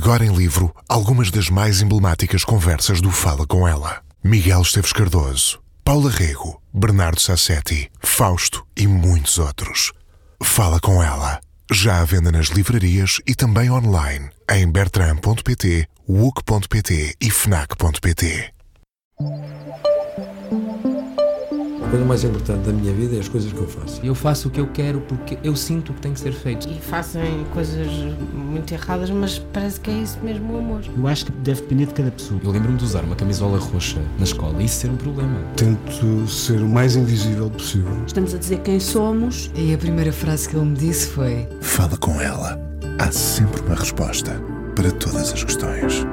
Agora em livro, algumas das mais emblemáticas conversas do Fala Com Ela. Miguel Esteves Cardoso, Paula Rego, Bernardo Sassetti, Fausto e muitos outros. Fala Com Ela. Já à venda nas livrarias e também online em bertrand.pt, wook.pt e fnac.pt. A coisa mais importante da minha vida é as coisas que eu faço. Eu faço o que eu quero porque eu sinto que tem que ser feito. E fazem coisas muito erradas, mas parece que é isso mesmo o amor. Eu acho que deve depender de cada pessoa. Eu lembro-me de usar uma camisola roxa na escola e isso ser um problema. Tento ser o mais invisível possível. Estamos a dizer quem somos. E a primeira frase que ele me disse foi: Fala Com Ela. Há sempre uma resposta para todas as questões.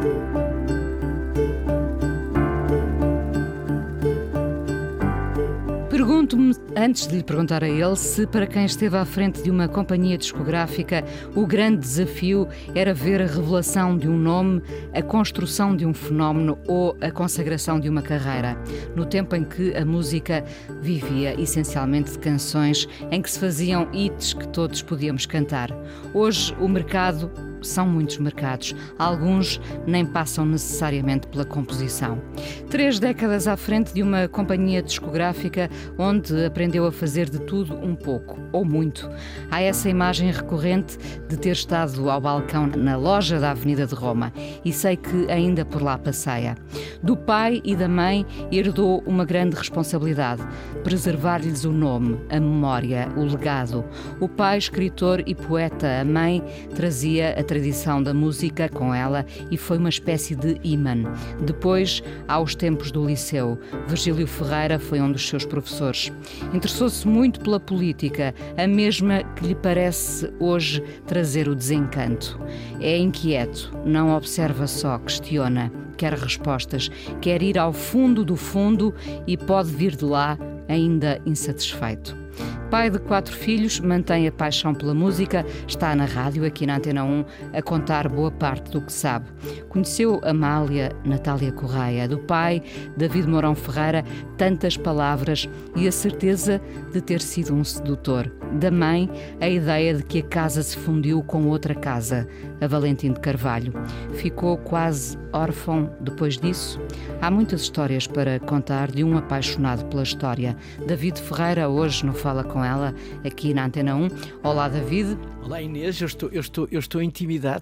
Pergunto-me, antes de lhe perguntar a ele, se para quem esteve à frente de uma companhia discográfica o grande desafio era ver a revelação de um nome, a construção de um fenómeno ou a consagração de uma carreira, no tempo em que a música vivia essencialmente de canções em que se faziam hits que todos podíamos cantar. Hoje o mercado são muitos mercados, alguns nem passam necessariamente pela composição. 3 décadas à frente de uma companhia discográfica onde aprendeu a fazer de tudo um pouco, ou muito. Há essa imagem recorrente de ter estado ao balcão na loja da Avenida de Roma e sei que ainda por lá passeia. Do pai e da mãe herdou uma grande responsabilidade: preservar-lhes o nome, a memória, o legado. O pai, escritor e poeta, a mãe trazia a tradição da música com ela e foi uma espécie de imã. Depois, há os tempos do liceu. Virgílio Ferreira foi um dos seus professores. Interessou-se muito pela política, a mesma que lhe parece hoje trazer o desencanto. É inquieto, não observa só, questiona, quer respostas, quer ir ao fundo do fundo e pode vir de lá ainda insatisfeito. Pai de 4 filhos, mantém a paixão pela música, está na rádio, aqui na Antena 1, a contar boa parte do que sabe. Conheceu Amália Natália Correia, do pai, David Mourão Ferreira, tantas palavras e a certeza de ter sido um sedutor. Da mãe, a ideia de que a casa se fundiu com outra casa, a Valentim de Carvalho. Ficou quase órfão depois disso? Há muitas histórias para contar de um apaixonado pela história. David Ferreira, hoje no Fala Com Ela, aqui na Antena 1. Olá, David. Olá, Inês, eu estou intimidado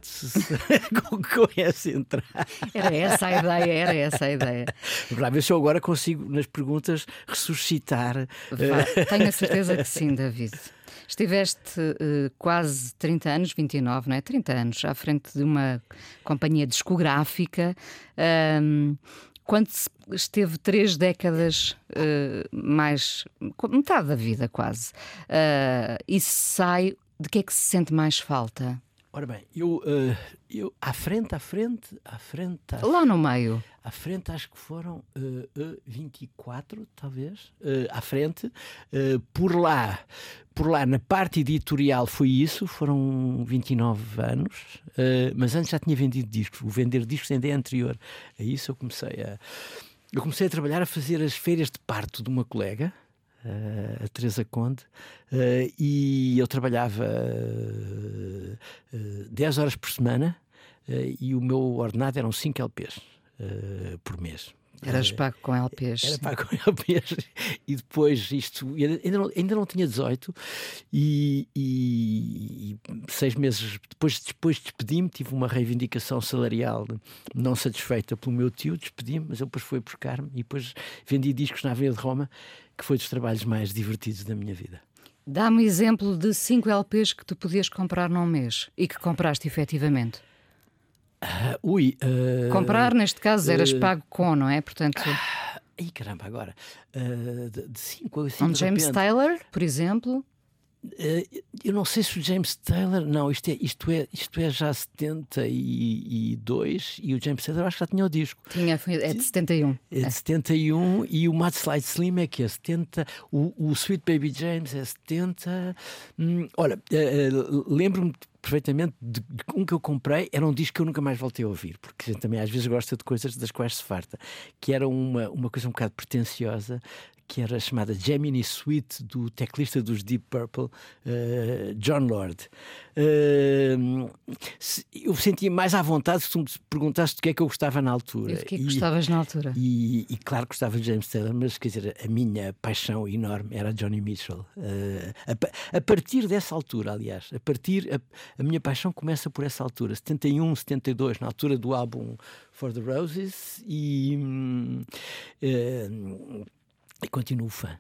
com essa entrada. Era essa a ideia. Vamos ver se eu agora consigo, nas perguntas, ressuscitar. Tenho a certeza que sim, David. Estiveste quase 30 anos, 29, não é? 30 anos, à frente de uma companhia discográfica. Quando esteve 3 décadas, mais metade da vida quase, e sai, de que é que se sente mais falta? Ora bem, eu à frente. Lá no meio. À frente acho que foram 24, talvez, à frente. Por lá, na parte editorial foi isso, foram 29 anos, mas antes já tinha vendido discos. O vender discos ainda é anterior a isso. Eu comecei a trabalhar, a fazer as férias de parto de uma colega, a Teresa Conde, e eu trabalhava 10 horas por semana, e o meu ordenado eram 5 LPs por mês. Eras pago com LPs. Era pago com LPs. E depois isto, ainda não tinha 18 e 6 meses depois despedi-me, tive uma reivindicação salarial não satisfeita pelo meu tio, despedi-me, mas ele depois foi buscar-me e depois vendi discos na Avenida de Roma, que foi dos trabalhos mais divertidos da minha vida. Dá-me um exemplo de 5 LPs que tu podias comprar num mês e que compraste efetivamente. Comprar, neste caso, eras pago com, não é? Portanto... Ai, caramba, agora. De 5 um James Taylor, por exemplo. Eu não sei se o James Taylor... Não, isto é já 72 e o James Taylor acho que já tinha o disco. É de 71. É de 71 e o Mad Slide Slim é que é 70. O Sweet Baby James é 70. Olha, lembro-me perfeitamente de um que eu comprei, era um disco que eu nunca mais voltei a ouvir, porque a gente também às vezes gosta de coisas das quais se farta, que era uma coisa um bocado pretenciosa, que era chamada Gemini Suite, do teclista dos Deep Purple, John Lord. Eu sentia mais à vontade se tu me perguntaste do que é que eu gostava na altura. E do que é que gostavas na altura? E claro que gostava de James Taylor, mas quer dizer, a minha paixão enorme era Johnny Mitchell. A partir dessa altura, aliás, a minha paixão começa por essa altura, 71, 72, na altura do álbum For the Roses, e continuo fã.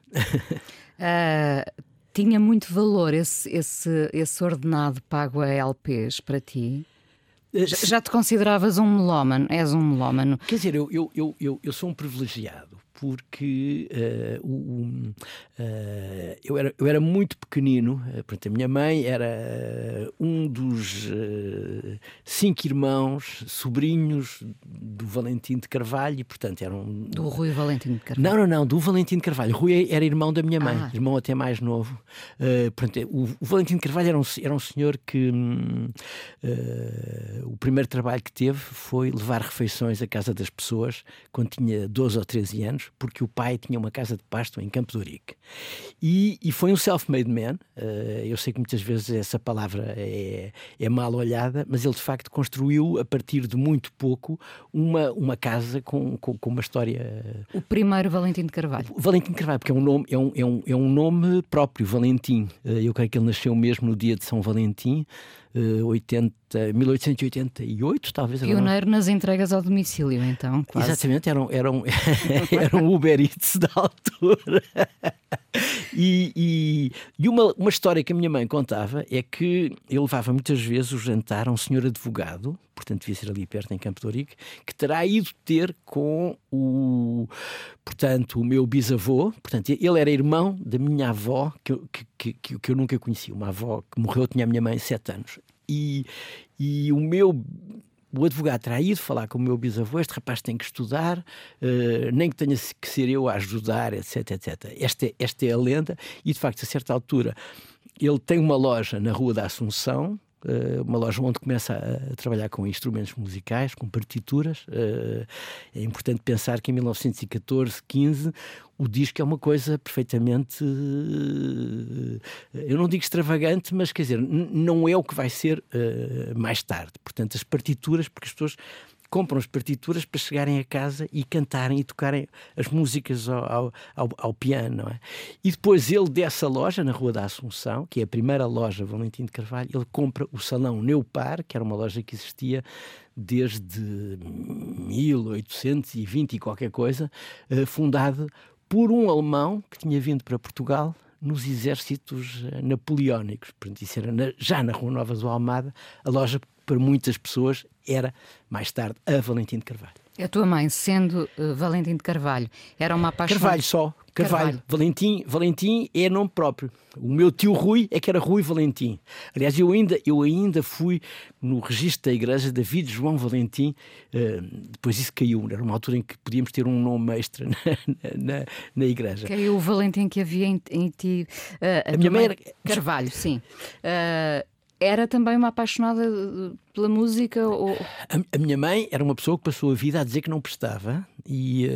Tinha muito valor esse ordenado pago a LPs para ti? Já te consideravas um melómano? És um melómano? Quer dizer, eu sou um privilegiado, porque eu era muito pequenino. Portanto, a minha mãe era um dos 5 irmãos, sobrinhos do Valentim de Carvalho, e portanto eram... Do Rui Valentim de Carvalho? Não, do Valentim de Carvalho. Rui era irmão da minha mãe, irmão até mais novo. Portanto, o Valentim de Carvalho era um senhor que o primeiro trabalho que teve foi levar refeições à casa das pessoas quando tinha 12 ou 13 anos, porque o pai tinha uma casa de pasto em Campo de Ourique. E foi um self-made man. Eu sei que muitas vezes essa palavra é mal olhada, mas ele de facto construiu a partir de muito pouco uma casa com uma história... O primeiro Valentim de Carvalho. Valentim de Carvalho, porque é um nome próprio, Valentim. Eu creio que ele nasceu mesmo no dia de São Valentim, 1888, talvez. Pioneiro nas entregas ao domicílio, então, quase. Exatamente, era um Uber Eats da altura. E uma história que a minha mãe contava é que eu levava muitas vezes o jantar a um senhor advogado, portanto devia ser ali perto em Campo de Ourique, que terá ido ter com o meu bisavô. Portanto, ele era irmão da minha avó, que eu nunca conheci, uma avó que morreu, tinha a minha mãe 7 anos. E o advogado terá ido falar com o meu bisavô: este rapaz tem que estudar, nem que tenha que ser eu a ajudar, etc, etc. Esta é a lenda. E de facto, a certa altura, ele tem uma loja na Rua da Assunção, uma loja onde começa a trabalhar com instrumentos musicais, com partituras. É importante pensar que em 1914, 15, o disco é uma coisa perfeitamente, eu não digo extravagante, mas quer dizer, não é o que vai ser mais tarde. Portanto, as partituras, porque as pessoas compram as partituras para chegarem a casa e cantarem e tocarem as músicas ao piano, não é? E depois ele, dessa loja na Rua da Assunção, que é a primeira loja Valentim de Carvalho, ele compra o Salão Neupar, que era uma loja que existia desde 1820 e qualquer coisa, fundado por um alemão que tinha vindo para Portugal nos exércitos napoleónicos. Portanto, isso era já na Rua Nova do Almada. A loja, para muitas pessoas, era mais tarde a Valentim de Carvalho. A tua mãe, sendo Valentim de Carvalho, era uma apaixonada... Carvalho só. Carvalho. Valentim é nome próprio. O meu tio Rui é que era Rui Valentim. Aliás, eu ainda fui no registro da igreja David João Valentim. Depois isso caiu. Era uma altura em que podíamos ter um nome extra na igreja. Caiu o Valentim que havia em ti. A minha mãe era... Carvalho, sim. Era também uma apaixonada pela música? Ou... A minha mãe era uma pessoa que passou a vida a dizer que não prestava, e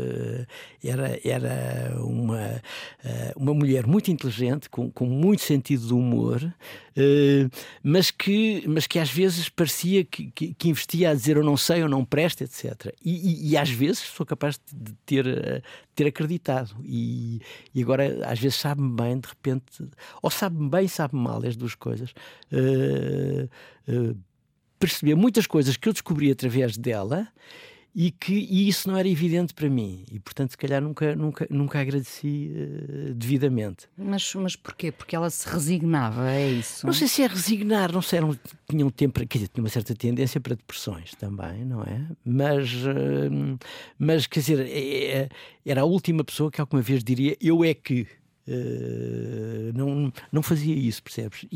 era uma mulher muito inteligente, com muito sentido de humor, mas que às vezes parecia que investia a dizer eu não sei, eu não presto, etc. E às vezes sou capaz de ter acreditado, e agora às vezes sabe-me bem, de repente, ou sabe-me bem, sabe-me mal, as duas coisas. Perceber muitas coisas que eu descobri através dela e isso não era evidente para mim, e portanto se calhar nunca agradeci devidamente. Mas porquê? Porque ela se resignava, é isso? Não sei se é resignar, não sei, tinha um tempo, quer dizer, tinha uma certa tendência para depressões também, não é? Mas quer dizer, era a última pessoa que alguma vez diria eu é que... não fazia isso, percebes?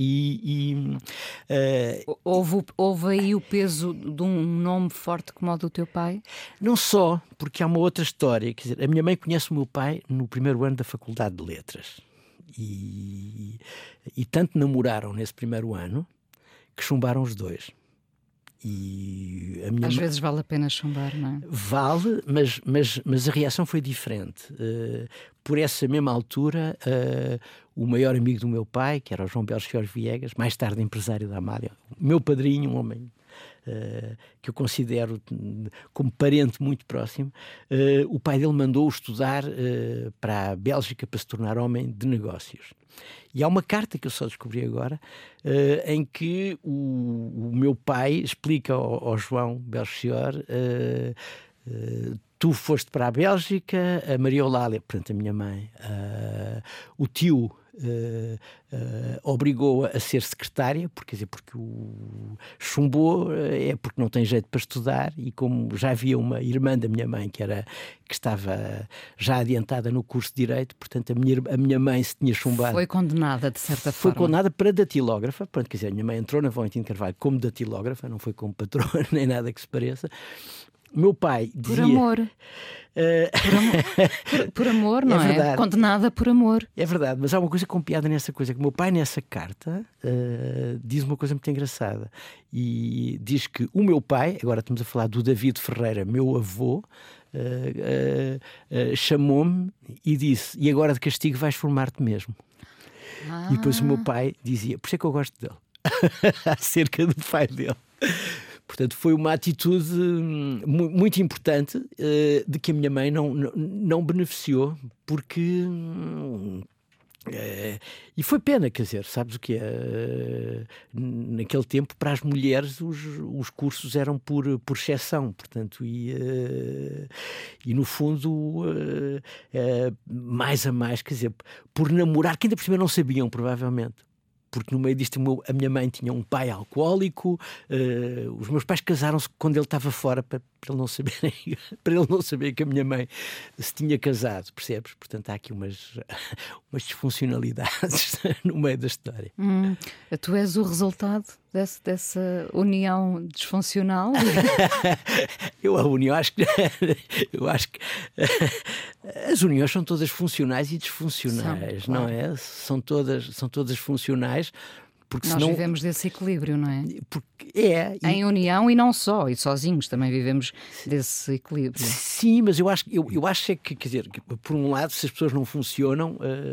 Houve aí o peso de um nome forte como o do teu pai? Não só, porque há uma outra história. Quer dizer, a minha mãe conhece o meu pai no primeiro ano da Faculdade de Letras, e tanto namoraram nesse primeiro ano que chumbaram os dois. E a minha Às vezes vale a pena chumbar, não é? Vale, mas a reação foi diferente. Por essa mesma altura, o maior amigo do meu pai, que era o João Belchior Viegas, mais tarde empresário da Amália, meu padrinho, um homem que eu considero como parente muito próximo, o pai dele mandou-o estudar para a Bélgica para se tornar homem de negócios. E há uma carta que eu só descobri agora, em que o meu pai explica ao João Belchior: tu foste para a Bélgica, a Maria Eulália, portanto a minha mãe, o tio obrigou-a a ser secretária, porque o chumbou, porque não tem jeito para estudar, e como já havia uma irmã da minha mãe que estava já adiantada no curso de Direito, portanto a minha mãe se tinha chumbado. Foi condenada, de certa Foi forma. condenada para datilógrafa, pronto, quer dizer, a minha mãe entrou na Valentim de Carvalho como datilógrafa, não foi como patrona, nem nada que se pareça. O meu pai dizia... Por amor. Por amor, não é? Condenada por amor. É verdade, mas há uma coisa com piada nessa coisa, que o meu pai nessa carta diz uma coisa muito engraçada, e diz que o meu pai, agora estamos a falar do David Ferreira, meu avô, chamou-me e disse: e agora de castigo vais formar-te mesmo. E depois o meu pai dizia, por isso é que eu gosto dele, acerca do pai dele. Portanto, foi uma atitude muito importante de que a minha mãe não beneficiou, porque... e foi pena, quer dizer, sabes o que é? Naquele tempo, para as mulheres, os cursos eram por exceção, portanto, e no fundo, mais a mais, quer dizer, por namorar, que ainda por cima não sabiam, provavelmente. Porque no meio disto a minha mãe tinha um pai alcoólico, os meus pais casaram-se quando ele estava fora, para ele não saber que a minha mãe se tinha casado, percebes? Portanto há aqui umas disfuncionalidades no meio da história. Tu és o resultado dessa união disfuncional? Eu acho que as uniões são todas funcionais e disfuncionais, claro. Não é? São todas funcionais. Porque nós vivemos desse equilíbrio, não é? Em união e não só, e sozinhos também vivemos desse equilíbrio. Sim, mas eu acho que, quer dizer, que, por um lado, se as pessoas não funcionam,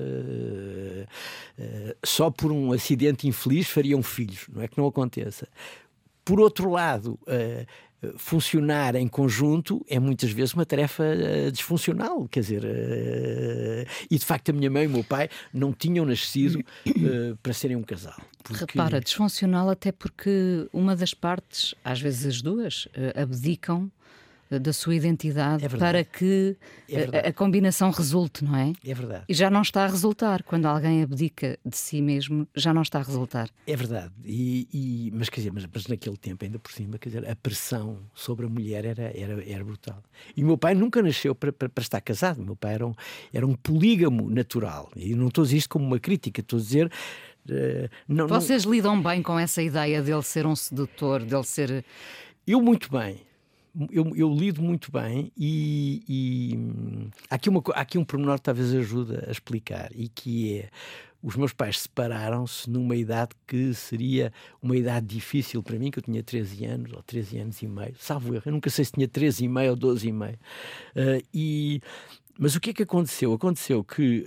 só por um acidente infeliz fariam filhos, não é que não aconteça. Por outro lado, funcionar em conjunto é muitas vezes uma tarefa disfuncional, quer dizer, e de facto a minha mãe e o meu pai não tinham nascido para serem um casal. Repara, disfuncional até porque uma das partes, às vezes as duas, abdicam da sua identidade para que a combinação resulte, não é? É verdade. E já não está a resultar. Quando alguém abdica de si mesmo, já não está a resultar. É verdade. Mas quer dizer, mas naquele tempo, ainda por cima, quer dizer, a pressão sobre a mulher era brutal. E o meu pai nunca nasceu para estar casado. O meu pai era um polígamo natural. E não estou a dizer isto como uma crítica, estou a dizer... Vocês lidam bem com essa ideia dele ser um sedutor, dele ser... Eu muito bem. Eu lido muito bem e há aqui um pormenor que talvez ajude a explicar, e que é: os meus pais separaram-se numa idade que seria uma idade difícil para mim, que eu tinha 13 anos ou 13 anos e meio, salvo erro, eu nunca sei se tinha 13 e meio ou 12 e meio. Mas o que é que aconteceu? Aconteceu que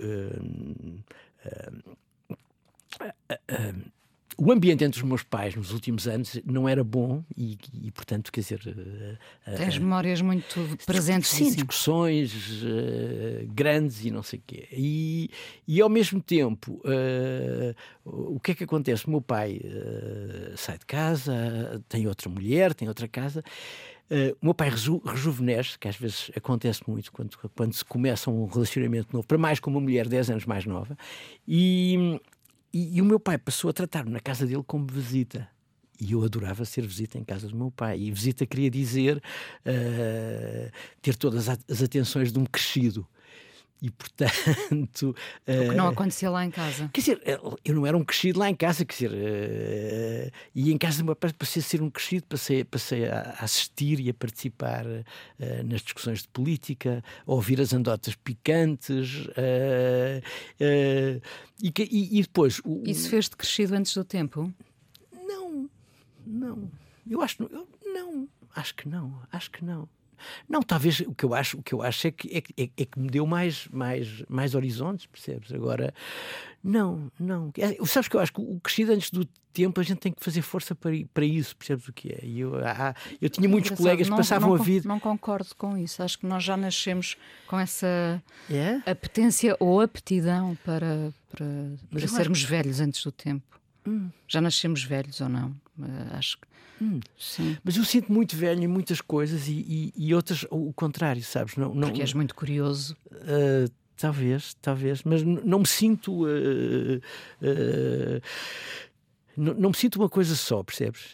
o ambiente entre os meus pais nos últimos anos não era bom e portanto, quer dizer... Tens memórias muito presentes. Sim, discussões grandes e não sei o quê. E ao mesmo tempo, o que é que acontece? O meu pai sai de casa, tem outra mulher, tem outra casa... O meu pai rejuvenesce, que às vezes acontece muito quando se começa um relacionamento novo, para mais com uma mulher 10 anos mais nova, e o meu pai passou a tratar-me na casa dele como visita. E eu adorava ser visita em casa do meu pai. E visita queria dizer ter todas as atenções de um crescido. E, portanto... o que não acontecia lá em casa. Quer dizer, eu não era um crescido lá em casa, quer dizer... e em casa do meu pai passei a ser um crescido, passei a assistir e a participar nas discussões de política, a ouvir as anedotas picantes... e depois... Isso fez-te crescido antes do tempo? Não. Eu acho... Não. acho que não. Não, talvez o que eu acho é que me deu mais horizontes, percebes? Agora, não. Sabes que eu acho que o crescido antes do tempo a gente tem que fazer força para isso, percebes o que é? E eu tinha muitos colegas que passavam a vida... Não concordo com isso, acho que nós já nascemos com essa apetência ou aptidão para sermos velhos antes do tempo. Já nascemos velhos ou não? Acho que sim. Mas eu sinto muito velho em muitas coisas e outras o contrário, sabes? Não, porque és muito curioso. Talvez, mas não me sinto... não me sinto uma coisa só, percebes?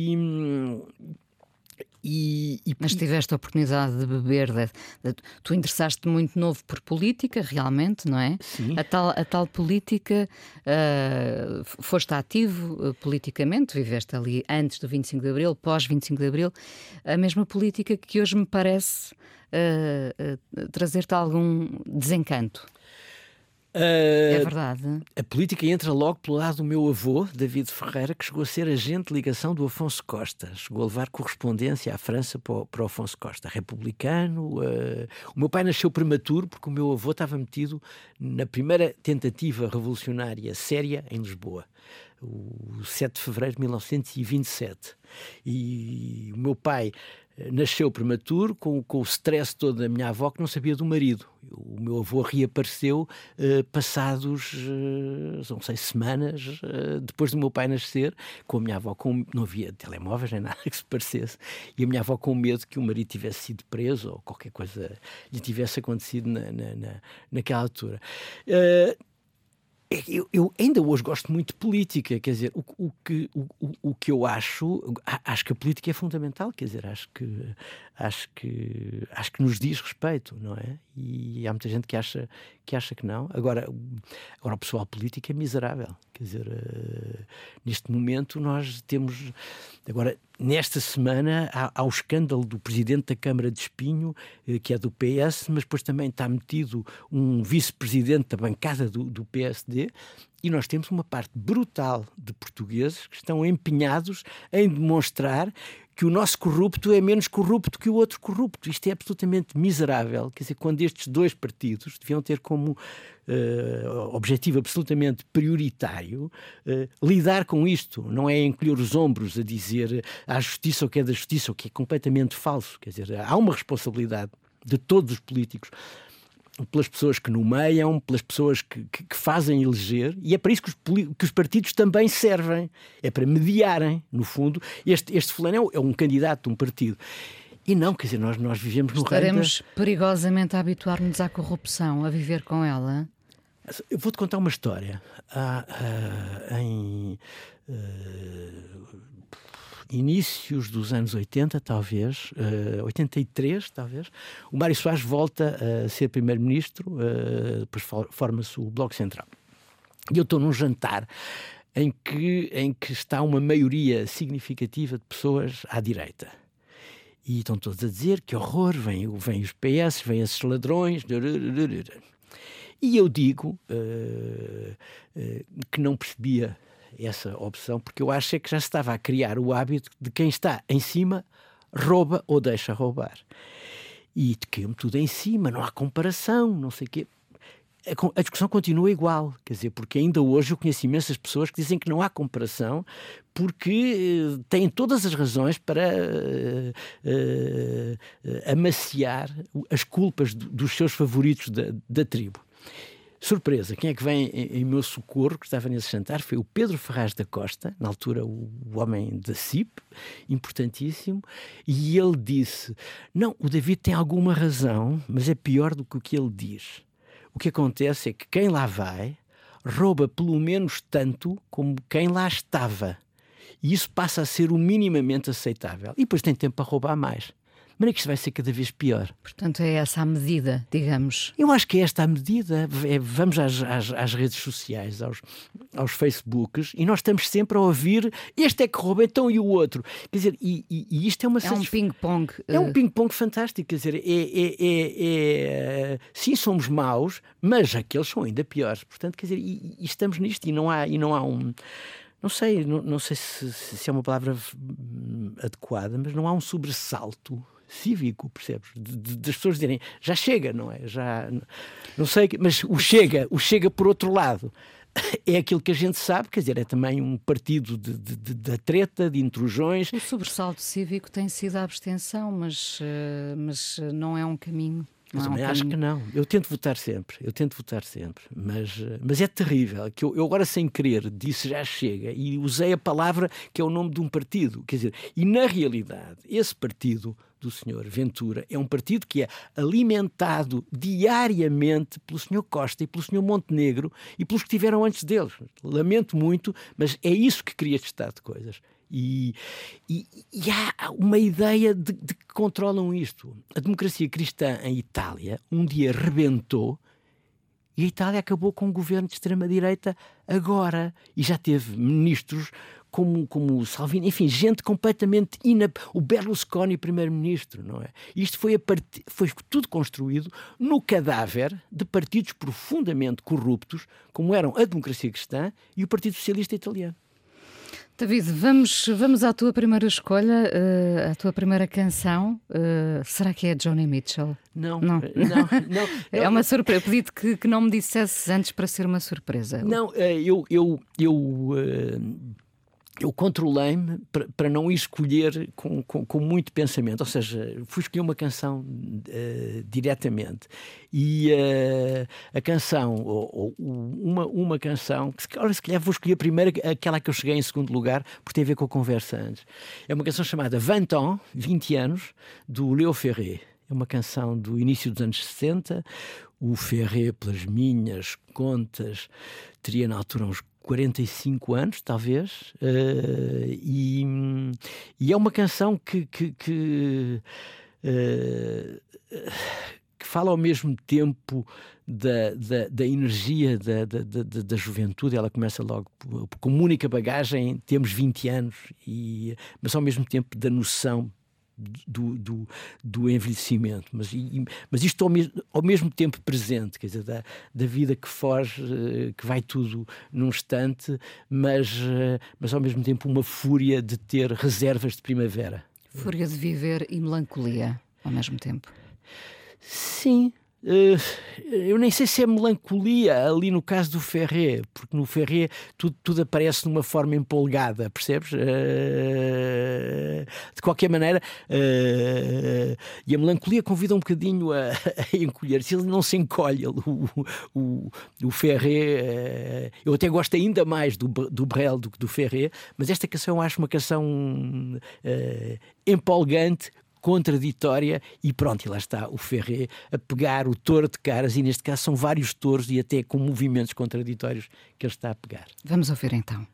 Mas tiveste a oportunidade de beber, tu interessaste-te muito novo por política, realmente, não é? Sim. A tal política, foste ativo politicamente, viveste ali antes do 25 de Abril, pós 25 de Abril, a mesma política que hoje me parece trazer-te algum desencanto. É verdade. A política entra logo pelo lado do meu avô, David Ferreira, que chegou a ser agente de ligação do Afonso Costa. Chegou a levar correspondência à França para o Afonso Costa. Republicano. O meu pai nasceu prematuro porque o meu avô estava metido na primeira tentativa revolucionária séria em Lisboa. O 7 de fevereiro de 1927. E o meu pai nasceu prematuro, com o stress todo da minha avó, que não sabia do marido. O meu avô reapareceu passados, não sei, semanas depois do meu pai nascer, com a minha avó, não havia telemóveis nem nada que se parecesse, e a minha avó com medo que o marido tivesse sido preso ou qualquer coisa lhe tivesse acontecido naquela altura. Eu ainda hoje gosto muito de política, quer dizer, o que eu acho que a política é fundamental, quer dizer, acho que nos diz respeito, não é? E há muita gente que acha que não. Agora o pessoal político é miserável, quer dizer, neste momento nós temos, agora nesta semana há o escândalo do presidente da Câmara de Espinho, que é do PS, mas depois também está metido um vice-presidente da bancada do PSD, e nós temos uma parte brutal de portugueses que estão empenhados em demonstrar que o nosso corrupto é menos corrupto que o outro corrupto. Isto é absolutamente miserável. Quer dizer, quando estes dois partidos deviam ter como objetivo absolutamente prioritário lidar com isto. Não é encolher os ombros a dizer à justiça o que é da justiça, o que é completamente falso. Quer dizer, há uma responsabilidade de todos os políticos, pelas pessoas que nomeiam, pelas pessoas que fazem eleger, e é para isso que os partidos também servem, é para mediarem, no fundo. Este fulano é um candidato de um partido. E não, quer dizer, nós vivemos no reino. Estaremos perigosamente a habituar-nos à corrupção, a viver com ela? Eu vou-te contar uma história. Em inícios dos anos 80, talvez, 83, talvez, o Mário Soares volta a ser primeiro-ministro, depois forma-se o Bloco Central. E eu estou num jantar em que está uma maioria significativa de pessoas à direita. E estão todos a dizer que horror, vêm os PS, vêm esses ladrões. E eu digo que não percebia essa opção, porque eu acho que já se estava a criar o hábito de quem está em cima rouba ou deixa roubar. E caiu-me tudo em cima, não há comparação, não sei o quê. A discussão continua igual, quer dizer, porque ainda hoje eu conheço imensas pessoas que dizem que não há comparação porque têm todas as razões para amaciar as culpas dos seus favoritos da tribo. Surpresa, quem é que vem em meu socorro, que estava nesse jantar, foi o Pedro Ferraz da Costa, na altura o homem da CIP, importantíssimo, e ele disse, não, o David tem alguma razão, mas é pior do que o que ele diz. O que acontece é que quem lá vai rouba pelo menos tanto como quem lá estava. E isso passa a ser o minimamente aceitável. E depois tem tempo para roubar mais. Mas é que isto vai ser cada vez pior. Portanto, é essa a medida, digamos. Eu acho que é esta a medida. Vamos às redes sociais, aos Facebooks, e nós estamos sempre a ouvir este é que rouba, então e o outro. Quer dizer, e isto é uma... É um ping-pong. É um ping-pong fantástico. Quer dizer, sim, somos maus, mas aqueles são ainda piores. Portanto, quer dizer, e estamos nisto, e não há não sei se é uma palavra adequada, mas não há um sobressalto cívico, percebes? Das pessoas dizerem, já chega, não é? Já, não sei, mas o chega por outro lado. É aquilo que a gente sabe, quer dizer, é também um partido de treta, de intrusões. O sobressalto cívico tem sido a abstenção, mas não é um caminho. Mas também acho que não. Eu tento votar sempre, mas é terrível que eu agora, sem querer, disse já chega e usei a palavra que é o nome de um partido, quer dizer, e na realidade esse partido do Sr. Ventura é um partido que é alimentado diariamente pelo Sr. Costa e pelo Sr. Montenegro e pelos que tiveram antes deles. Lamento muito, mas é isso que cria este estado de coisas. E há uma ideia de que controlam isto. A democracia cristã em Itália um dia rebentou e a Itália acabou com um governo de extrema-direita agora. E já teve ministros como o Salvini, enfim, gente completamente o Berlusconi, primeiro-ministro, não é? Isto foi tudo construído no cadáver de partidos profundamente corruptos, como eram a democracia cristã e o Partido Socialista Italiano. David, vamos à tua primeira escolha, à tua primeira canção. Será que é Joni Mitchell? Não. É uma surpresa. Eu pedi-te que não me dissesses antes para ser uma surpresa. Não, eu controlei-me para não escolher com muito pensamento, ou seja, fui escolher uma canção diretamente e a canção, ou uma canção, se calhar vou escolher primeiro aquela que eu cheguei em segundo lugar, porque tem a ver com a conversa antes. É uma canção chamada 20 anos, do Léo Ferré. É uma canção do início dos anos 60. O Ferré, pelas minhas contas, teria na altura uns 45 anos, talvez, e é uma canção que fala ao mesmo tempo da energia da juventude. Ela começa logo com muita bagagem, temos 20 anos, mas ao mesmo tempo da noção do envelhecimento, mas isto ao mesmo tempo presente, quer dizer, da vida que foge, que vai tudo num instante, mas ao mesmo tempo uma fúria de ter reservas de primavera. Fúria de viver e melancolia ao mesmo tempo. Sim. Eu nem sei se é melancolia ali no caso do Ferré, porque no Ferré tudo aparece de uma forma empolgada, percebes? De qualquer maneira, e a melancolia convida um bocadinho a encolher-se. Ele não se encolhe, o Ferré. Eu até gosto ainda mais do Brel do que do Ferré, mas esta canção eu acho uma canção empolgante, contraditória, e pronto, e lá está o Ferré a pegar o touro de caras, e neste caso são vários touros e até com movimentos contraditórios que ele está a pegar. Vamos ouvir então.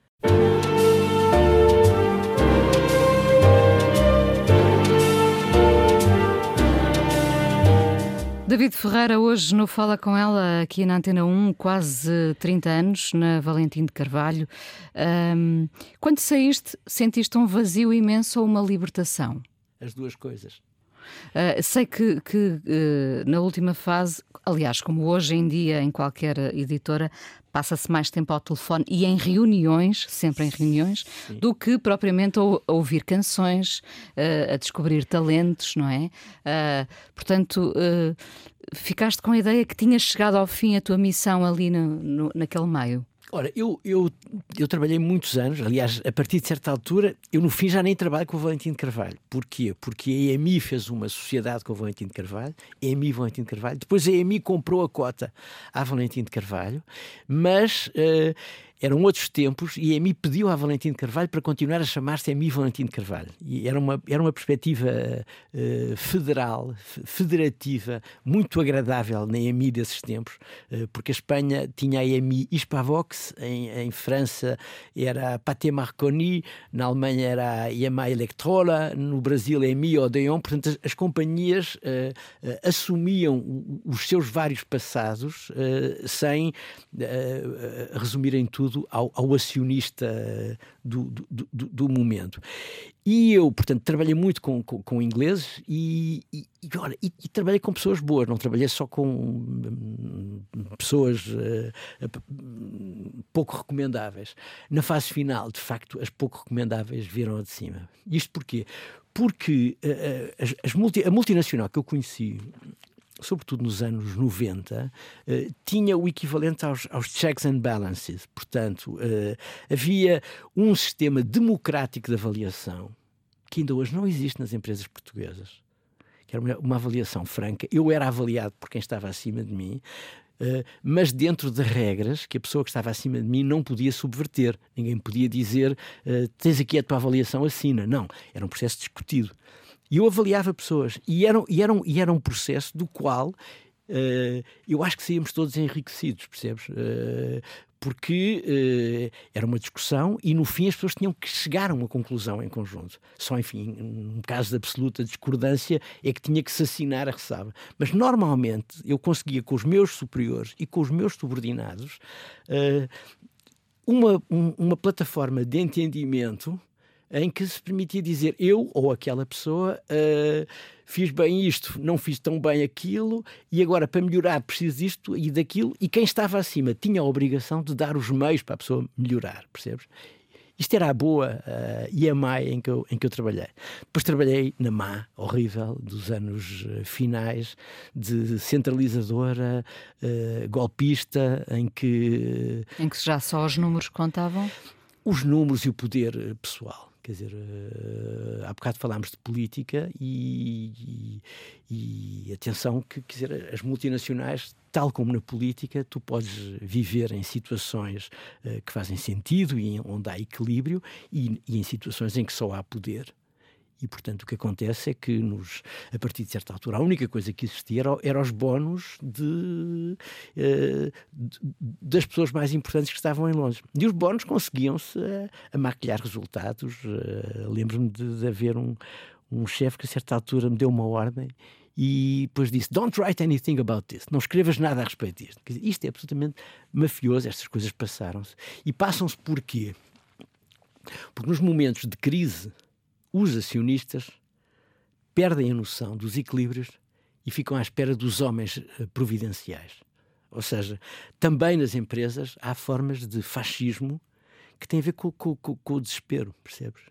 David Ferreira, hoje no Fala Com Ela, aqui na Antena 1, quase 30 anos, na Valentim de Carvalho. Quando saíste, sentiste um vazio imenso ou uma libertação? As duas coisas. Sei que na última fase, aliás, como hoje em dia em qualquer editora, passa-se mais tempo ao telefone e em reuniões, sempre em reuniões, sim, do que propriamente a ouvir canções, a descobrir talentos, não é? Portanto, ficaste com a ideia que tinhas chegado ao fim a tua missão ali naquele meio. Ora, eu trabalhei muitos anos, aliás, a partir de certa altura, eu no fim já nem trabalho com o Valentim de Carvalho. Porquê? Porque a EMI fez uma sociedade com o Valentim de Carvalho, EMI Valentim de Carvalho, depois a EMI comprou a cota à Valentim de Carvalho, mas eram outros tempos e a EMI pediu à Valentim de Carvalho para continuar a chamar-se EMI Valentim de Carvalho. E era uma perspectiva federativa, muito agradável na EMI desses tempos, porque a Espanha tinha a EMI Hispavox, em França era a Pathé Marconi, na Alemanha era a EMA Electrola, no Brasil a EMI Odeon. Portanto, as companhias assumiam os seus vários passados sem resumirem tudo sobretudo ao acionista do momento. E eu, portanto, trabalhei muito com ingleses e trabalhei com pessoas boas, não trabalhei só com pessoas pouco recomendáveis. Na fase final, de facto, as pouco recomendáveis vieram ao de cima. Isto porquê? Porque a multinacional que eu conheci, sobretudo nos anos 90, tinha o equivalente aos checks and balances. Portanto, havia um sistema democrático de avaliação que ainda hoje não existe nas empresas portuguesas, que era uma avaliação franca. Eu era avaliado por quem estava acima de mim, mas dentro de regras que a pessoa que estava acima de mim não podia subverter. Ninguém podia dizer, tens aqui a tua avaliação, assina. Não, era um processo discutido. E eu avaliava pessoas, e era um processo do qual eu acho que saíamos todos enriquecidos, percebes? Porque era uma discussão e no fim as pessoas tinham que chegar a uma conclusão em conjunto. Só, enfim, num caso de absoluta discordância é que tinha que se assinar a ressalva. Mas normalmente eu conseguia com os meus superiores e com os meus subordinados uma plataforma de entendimento em que se permitia dizer eu ou aquela pessoa fiz bem isto, não fiz tão bem aquilo e agora para melhorar preciso disto e daquilo, e quem estava acima tinha a obrigação de dar os meios para a pessoa melhorar, percebes? Isto era a boa e a má em que eu trabalhei. Depois trabalhei na má, horrível, dos anos finais, de centralizadora, golpista, em que já só os números contavam? Os números e o poder pessoal. Quer dizer, há bocado falámos de política e atenção que, quer dizer, as multinacionais, tal como na política, tu podes viver em situações que fazem sentido e onde há equilíbrio e em situações em que só há poder. E, portanto, o que acontece é que, a partir de certa altura, a única coisa que existia era os bónus das pessoas mais importantes que estavam em Londres. E os bónus conseguiam-se a maquilhar resultados. Lembro-me de haver um chefe que, a certa altura, me deu uma ordem e depois disse, don't write anything about this. Não escrevas nada a respeito disto. Quer dizer, isto é absolutamente mafioso, estas coisas passaram-se. E passam-se porquê? Porque nos momentos de crise os acionistas perdem a noção dos equilíbrios e ficam à espera dos homens providenciais. Ou seja, também nas empresas há formas de fascismo que têm a ver com o desespero, percebes?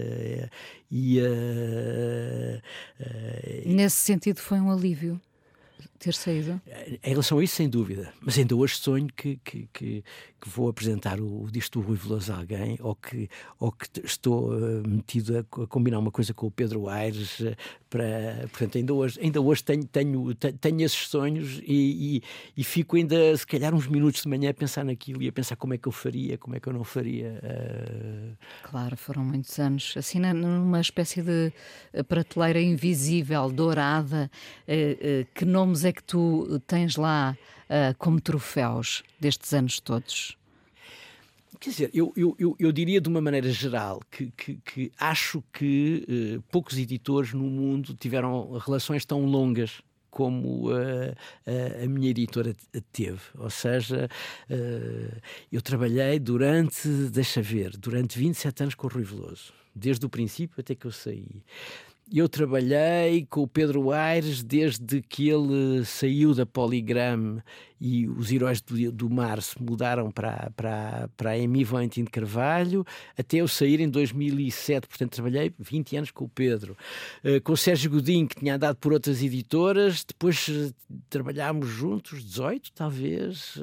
Nesse sentido foi um alívio ter saído? Em relação a isso, sem dúvida. Mas ainda hoje sonho que vou apresentar o disco do Rui Veloso a alguém, ou que estou metido a combinar uma coisa com o Pedro Aires. Portanto, ainda hoje tenho esses sonhos e fico ainda, se calhar, uns minutos de manhã a pensar naquilo e a pensar como é que eu faria, como é que eu não faria. Claro, foram muitos anos. Assim, numa espécie de prateleira invisível, dourada, que nomes é que tu tens lá como troféus destes anos todos? Quer dizer, eu diria de uma maneira geral que acho que poucos editores no mundo tiveram relações tão longas como a minha editora teve. Ou seja, eu trabalhei durante 27 anos com o Rui Veloso, desde o princípio até que eu saí. Eu trabalhei com o Pedro Aires desde que ele saiu da Polygram e os Heróis do Mar se mudaram para a Amy Valentim de Carvalho, até eu sair em 2007. Portanto, trabalhei 20 anos com o Pedro. Com o Sérgio Godinho, que tinha andado por outras editoras, depois trabalhámos juntos, 18 talvez.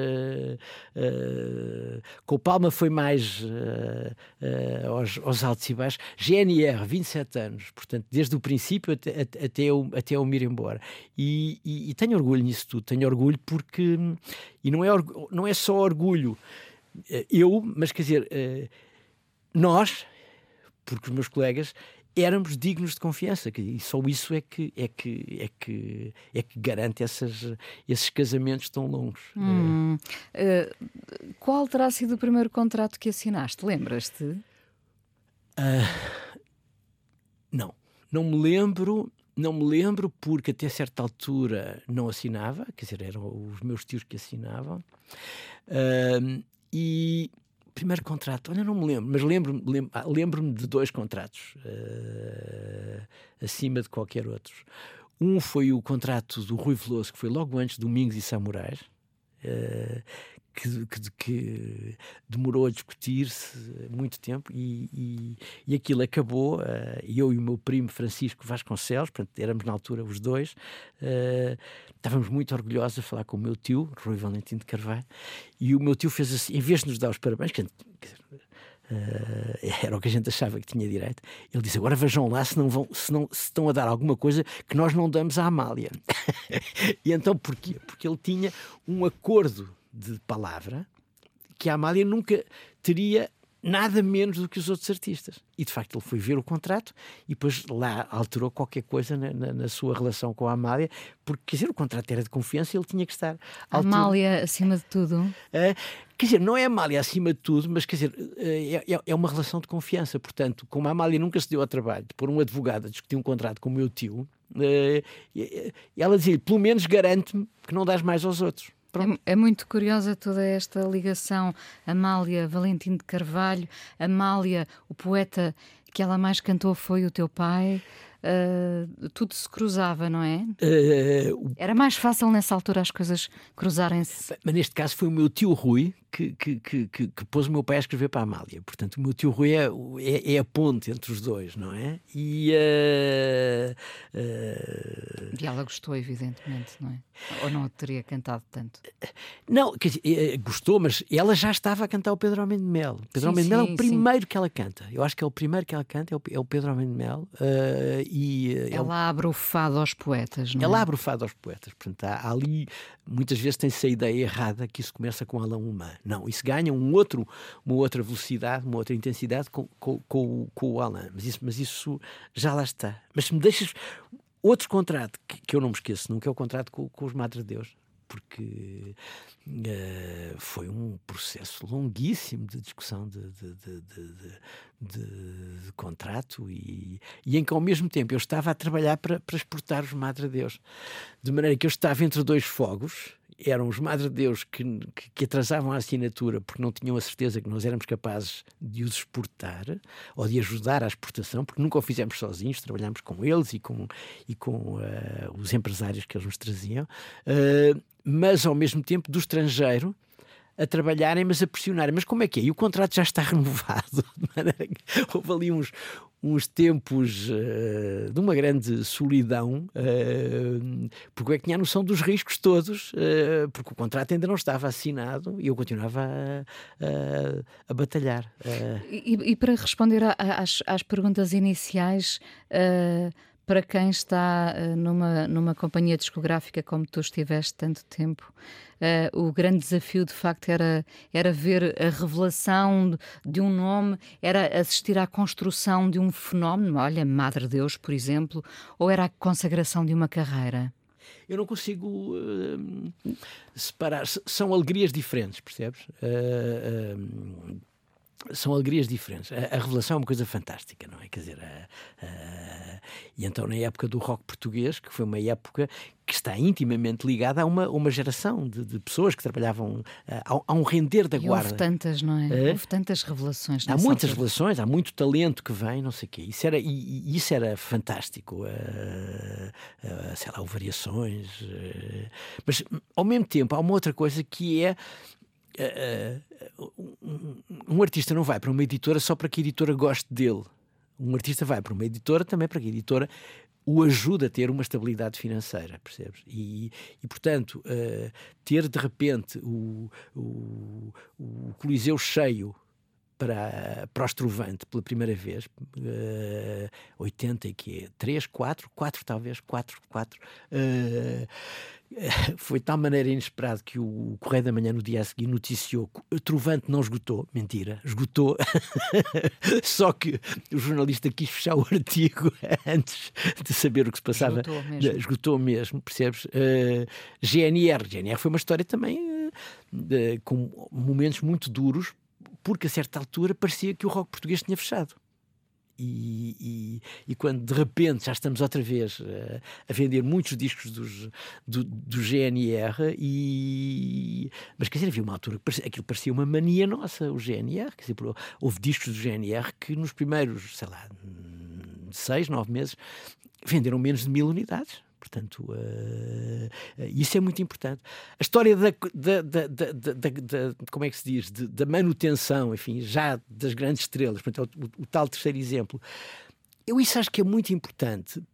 Com o Palma foi mais aos altos e baixos. GNR, 27 anos, portanto, desde o princípio até eu me ir embora. E tenho orgulho nisso tudo, tenho orgulho porque... E não é só orgulho mas quer dizer, nós, porque os meus colegas, éramos dignos de confiança, e só isso é que garante esses casamentos tão longos. Qual terá sido o primeiro contrato que assinaste? Lembras-te? Não me lembro. Não me lembro porque até certa altura não assinava, quer dizer, eram os meus tios que assinavam. E primeiro contrato, olha, não me lembro, mas lembro-me de 2 contratos acima de qualquer outro. Um foi o contrato do Rui Veloso, que foi logo antes de Domingos e Samurais, que demorou a discutir-se muito tempo e aquilo acabou. Eu e o meu primo Francisco Vasconcelos, portanto, éramos na altura os dois, estávamos muito orgulhosos a falar com o meu tio, Rui Valentim de Carvalho, e o meu tio fez assim, em vez de nos dar os parabéns, era o que a gente achava que tinha direito, ele disse: agora vejam lá se estão a dar alguma coisa que nós não damos à Amália. E então porquê? Porque ele tinha um acordo de palavra que a Amália nunca teria nada menos do que os outros artistas. E de facto ele foi ver o contrato e depois lá alterou qualquer coisa na sua relação com a Amália, porque quer dizer, o contrato era de confiança e ele tinha que estar a Amália acima de tudo. Quer dizer, não é a Amália acima de tudo, mas quer dizer, é uma relação de confiança. Portanto, como a Amália nunca se deu ao trabalho de pôr um advogado a discutir um contrato com o meu tio, ela dizia: pelo menos garante-me que não dás mais aos outros. É muito curiosa toda esta ligação. Amália, Valentim de Carvalho, Amália, o poeta que ela mais cantou foi o teu pai. Tudo se cruzava, não é? Era mais fácil nessa altura as coisas cruzarem-se. Mas neste caso foi o meu tio Rui que pôs o meu pai a escrever para a Amália. Portanto, o meu tio Rui é a ponte entre os dois, não é? E ela gostou, evidentemente, não é? Ou não teria cantado tanto? Não, quer dizer, gostou, mas ela já estava a cantar o Pedro Almeida de Mel. Pedro Almeida de Mel é o primeiro que ela canta. Eu acho que é o primeiro que ela canta, é o Pedro Almeida de Mel. Ela abre o fado aos poetas, não é? Ela abre o fado aos poetas. Portanto, há ali, muitas vezes tem-se a ideia errada que isso começa com Alain Humã. Não, isso ganha uma outra velocidade, uma outra intensidade com o Alain. Mas isso já lá está. Mas se me deixas outro contrato que eu não me esqueço nunca, é o contrato com os Madre Deus. Porque foi um processo longuíssimo de discussão de contrato e em que ao mesmo tempo eu estava a trabalhar para exportar os Madre Deus, de maneira que eu estava entre 2 fogos. Eram os Madre Deus que atrasavam a assinatura porque não tinham a certeza que nós éramos capazes de os exportar ou de ajudar à exportação, porque nunca o fizemos sozinhos, trabalhámos com eles e com os empresários que eles nos traziam, mas ao mesmo tempo do estrangeiro a trabalharem, mas a pressionarem. Mas como é que é? E o contrato já está renovado. Houve ali uns tempos de uma grande solidão, porque eu tinha a noção dos riscos todos, porque o contrato ainda não estava assinado e eu continuava a batalhar. E para responder às perguntas iniciais, para quem está numa companhia discográfica como tu estiveste tanto tempo, o grande desafio de facto era ver a revelação de um nome, era assistir à construção de um fenómeno, olha, Madre Deus, por exemplo, ou era a consagração de uma carreira? Eu não consigo separar, são alegrias diferentes, percebes? São alegrias diferentes. A revelação é uma coisa fantástica, não é? Quer dizer, e então na época do rock português, que foi uma época que está intimamente ligada a uma geração de pessoas que trabalhavam, a um render da guarda. Houve tantas, não é? Houve tantas revelações. Há muitas revelações, há muito talento que vem, não sei o quê. Isso era fantástico. Sei lá, variações. Mas, ao mesmo tempo, há uma outra coisa que é um artista não vai para uma editora só para que a editora goste dele. Um artista vai para uma editora também para que a editora o ajude a ter uma estabilidade financeira, percebes? E portanto, ter de repente o Coliseu cheio para o Estrovante pela primeira vez, 80 e que é 3, 4 talvez, 4, foi de tal maneira inesperado que o Correio da Manhã no dia a seguir noticiou que o Trovante não esgotou. Mentira, esgotou. Só que o jornalista quis fechar o artigo antes de saber o que se passava. Esgotou mesmo, percebes? GNR foi uma história também com momentos muito duros, porque a certa altura parecia que o rock português tinha fechado. E quando de repente já estamos outra vez a vender muitos discos do GNR, mas quer dizer, havia uma altura que aquilo parecia uma mania nossa, o GNR, quer dizer, houve discos do GNR que nos primeiros, sei lá, 6, 9 meses venderam menos de 1000 unidades. Portanto, isso é muito importante. A história como é que se diz, da manutenção, enfim, já das grandes estrelas, portanto, o tal terceiro exemplo, eu isso acho que é muito importante,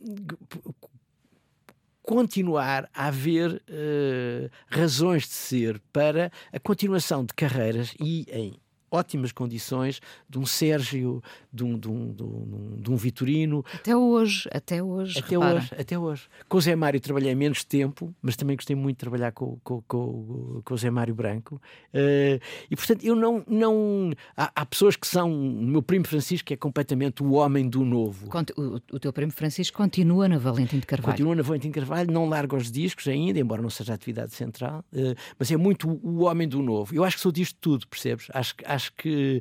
continuar a haver razões de ser para a continuação de carreiras e em ótimas condições de um Sérgio, de um Vitorino. Até hoje. Até hoje. Com o Zé Mário trabalhei menos tempo, mas também gostei muito de trabalhar com o Zé Mário Branco. E, portanto, eu não... Há pessoas que são... O meu primo Francisco que é completamente o homem do novo. O teu primo Francisco continua na Valentim de Carvalho. Continua na Valentim de Carvalho, não larga os discos ainda, embora não seja a atividade central, mas é muito o homem do novo. Eu acho que sou disto tudo, percebes? Acho que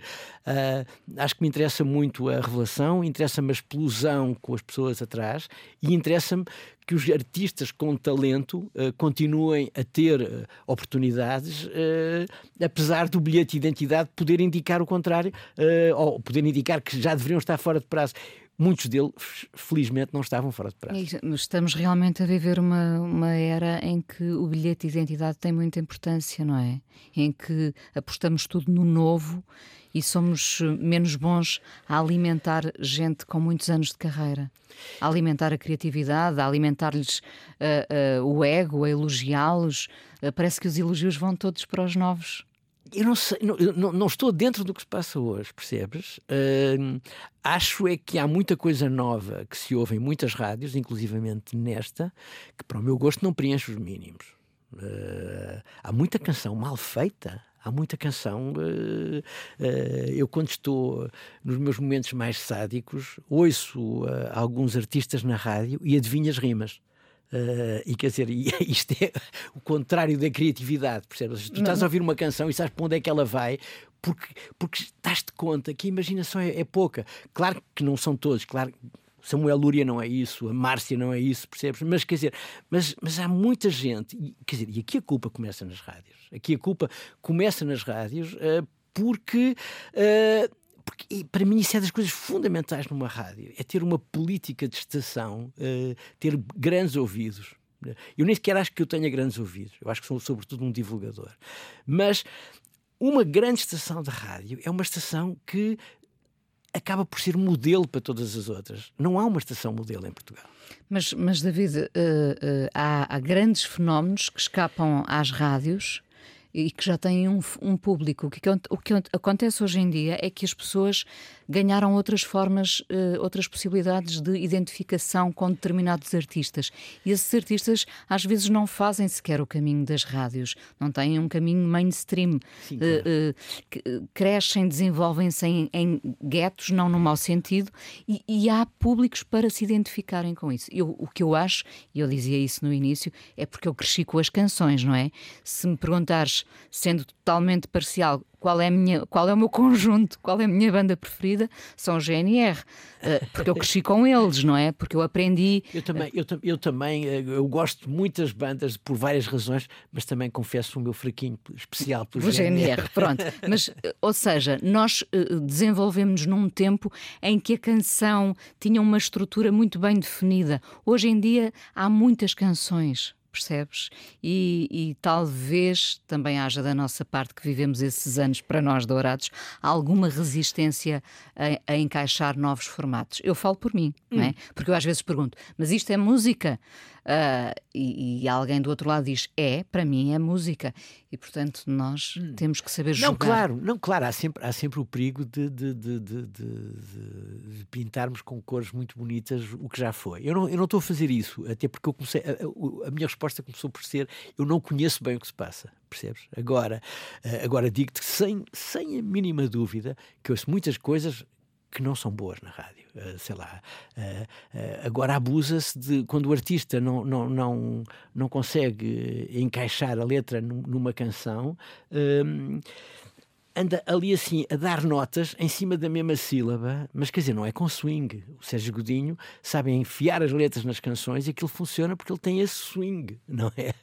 me interessa muito a revelação, interessa-me a explosão com as pessoas atrás e interessa-me que os artistas com talento continuem a ter oportunidades, apesar do bilhete de identidade poder indicar o contrário, ou poder indicar que já deveriam estar fora de prazo. Muitos deles, felizmente, não estavam fora de prazo. Estamos realmente a viver uma era em que o bilhete de identidade tem muita importância, não é? Em que apostamos tudo no novo e somos menos bons a alimentar gente com muitos anos de carreira. A alimentar a criatividade, a alimentar-lhes o ego, a elogiá-los. Parece que os elogios vão todos para os novos. Eu não sei, não estou dentro do que se passa hoje, percebes? Acho é que há muita coisa nova que se ouve em muitas rádios, inclusivamente nesta, que para o meu gosto não preenche os mínimos. Há muita canção mal feita, há muita canção... eu quando estou nos meus momentos mais sádicos, ouço alguns artistas na rádio e adivinho as rimas. E quer dizer, isto é o contrário da criatividade, percebes? Tu estás a ouvir uma canção e sabes para onde é que ela vai, porque estás-te conta que a imaginação é pouca. Claro que não são todos, claro, Samuel Lúria não é isso, a Márcia não é isso, percebes? Mas quer dizer, mas há muita gente, e aqui a culpa começa nas rádios. Aqui a culpa começa nas rádios porque para mim isso é das coisas fundamentais numa rádio, é ter uma política de estação, ter grandes ouvidos. Eu nem sequer acho que eu tenha grandes ouvidos, eu acho que sou sobretudo um divulgador. Mas uma grande estação de rádio é uma estação que acaba por ser modelo para todas as outras. Não há uma estação modelo em Portugal. Mas David, há grandes fenómenos que escapam às rádios e que já têm um público. O que acontece hoje em dia é que as pessoas ganharam outras formas, outras possibilidades de identificação com determinados artistas. E esses artistas às vezes não fazem sequer o caminho das rádios, não têm um caminho mainstream. Sim, claro. Crescem, desenvolvem-se em guetos, não no mau sentido, e há públicos para se identificarem com isso. O que eu acho, e eu dizia isso no início, é porque eu cresci com as canções, não é? Se me perguntares, sendo totalmente parcial, qual é o meu conjunto, qual é a minha banda preferida, são os GNR, porque eu cresci com eles, não é? Porque eu aprendi... Eu também gosto de muitas bandas por várias razões, mas também confesso o meu fraquinho especial pelo GNR. Pronto, mas, ou seja, nós desenvolvemos num tempo em que a canção tinha uma estrutura muito bem definida. Hoje em dia há muitas canções, percebes? E talvez também haja da nossa parte, que vivemos esses anos para nós dourados, alguma resistência a encaixar novos formatos. Eu falo por mim, não é? Porque eu às vezes pergunto, mas isto é música? E alguém do outro lado diz, para mim é música. E portanto nós temos que saber jogar. Não, claro, há sempre o perigo de pintarmos com cores muito bonitas o que já foi. Eu não estou a fazer isso, até porque eu comecei, a minha resposta começou por ser, eu não conheço bem o que se passa, percebes? Agora digo-te sem a mínima dúvida que ouço muitas coisas que não são boas na rádio, sei lá. Agora abusa-se de quando o artista não consegue encaixar a letra numa canção. anda ali assim a dar notas em cima da mesma sílaba, mas quer dizer, não é com swing. O Sérgio Godinho sabe enfiar as letras nas canções e aquilo funciona porque ele tem esse swing, não é?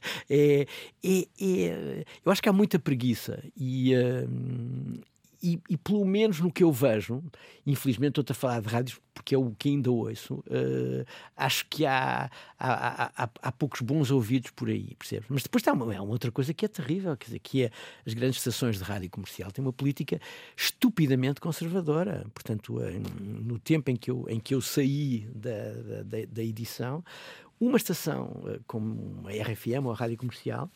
Eu acho que há muita preguiça e pelo menos no que eu vejo, infelizmente estou a falar de rádios porque é o que ainda ouço, acho que há poucos bons ouvidos por aí, percebes? Mas depois há uma outra coisa que é terrível, quer dizer, que é as grandes estações de rádio comercial têm uma política estupidamente conservadora. Portanto, no tempo em que eu saí da edição, uma estação como a RFM ou a Rádio Comercial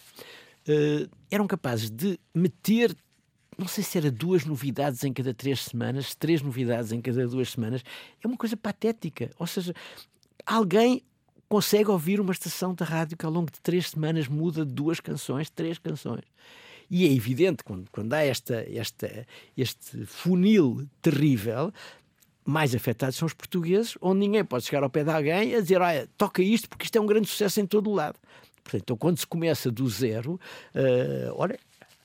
eram capazes de meter, não sei se era 2 novidades em cada 3 semanas, 3 novidades em cada 2 semanas. É uma coisa patética. Ou seja, alguém consegue ouvir uma estação de rádio que ao longo de 3 semanas muda 2 canções, 3 canções. E é evidente, quando há este funil terrível, mais afetados são os portugueses, onde ninguém pode chegar ao pé de alguém a dizer, olha, toca isto porque isto é um grande sucesso em todo o lado. Portanto, então, quando se começa do zero, olha...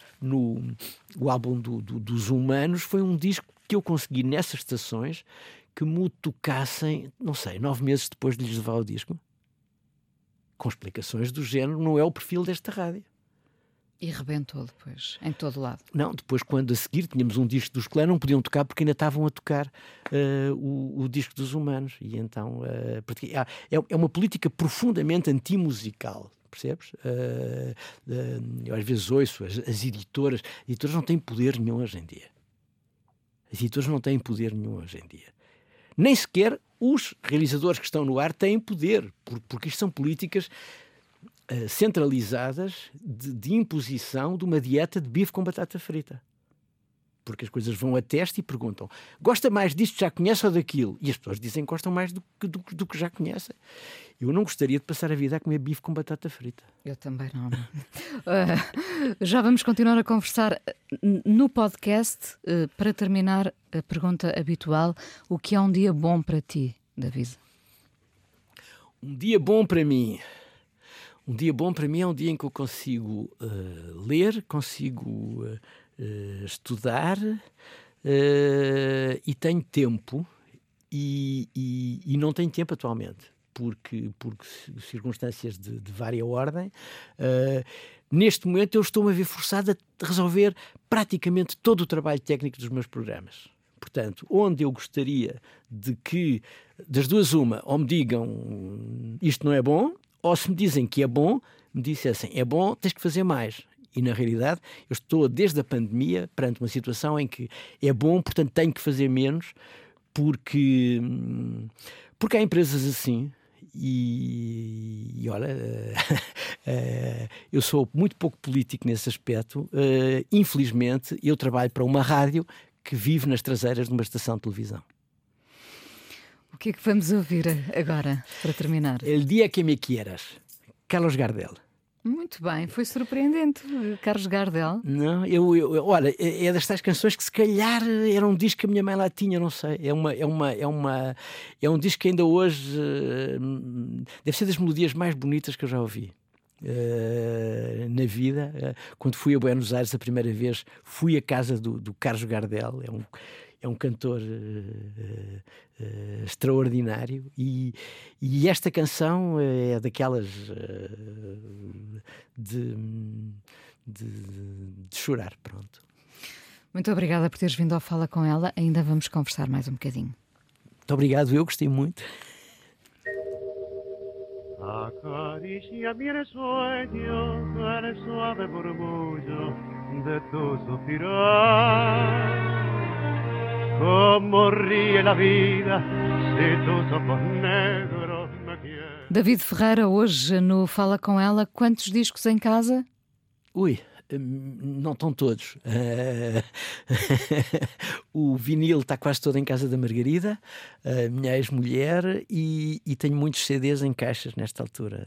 O álbum dos Humanos foi um disco que eu consegui nessas estações que me tocassem, não sei, 9 meses depois de lhes levar o disco, com explicações do género, não é o perfil desta rádio. E rebentou depois, em todo lado. Não, depois quando a seguir tínhamos um disco dos Clã, não podiam tocar porque ainda estavam a tocar o disco dos Humanos. E então, porque é uma política profundamente antimusical. Percebes? Eu às vezes ouço as editoras. As editoras não têm poder nenhum hoje em dia. As editoras não têm poder nenhum hoje em dia. Nem sequer os realizadores que estão no ar têm poder, porque isto são políticas centralizadas de imposição de uma dieta de bife com batata frita. Porque as coisas vão a teste e perguntam, gosta mais disto que já conhece ou daquilo? E as pessoas dizem que gostam mais do que já conhecem. Eu não gostaria de passar a vida a comer bife com batata frita. Eu também não. Já vamos continuar a conversar no podcast. Para terminar, a pergunta habitual, o que é um dia bom para ti, David? Um dia bom para mim... Um dia bom para mim é um dia em que eu consigo ler, consigo estudar e tenho tempo e não tenho tempo atualmente porque circunstâncias de vária ordem. Neste momento eu estou-me a ver forçado a resolver praticamente todo o trabalho técnico dos meus programas. Portanto, onde eu gostaria de que, das duas uma, ou me digam isto não é bom, ou se me dizem que é bom, me dissessem, é bom, tens que fazer mais. E, na realidade, eu estou, desde a pandemia, perante uma situação em que é bom, portanto, tenho que fazer menos, porque há empresas assim, e olha, eu sou muito pouco político nesse aspecto. Infelizmente, eu trabalho para uma rádio que vive nas traseiras de uma estação de televisão. O que é que vamos ouvir agora, para terminar? El dia que me quieras, Carlos Gardel. Muito bem, foi surpreendente, Carlos Gardel. Não, olha, é das tais canções que se calhar era um disco que a minha mãe lá tinha, não sei. É um disco que ainda hoje deve ser das melodias mais bonitas que eu já ouvi na vida. Quando fui a Buenos Aires a primeira vez, fui à casa do Carlos Gardel. É um cantor extraordinário e esta canção é daquelas de chorar, pronto. Muito obrigada por teres vindo ao Fala Com Ela. Ainda vamos conversar mais um bocadinho. Muito obrigado, eu gostei muito. Acaricia-me el sueño con el suave murmullo de tu suspirar. Como ríe la vida se tus ojos negros me quieren. David Ferreira, hoje no Fala Com Ela, quantos discos em casa? Ui, não estão todos. O vinil está quase todo em casa da Margarida, a minha ex-mulher, e tenho muitos CDs em caixas nesta altura.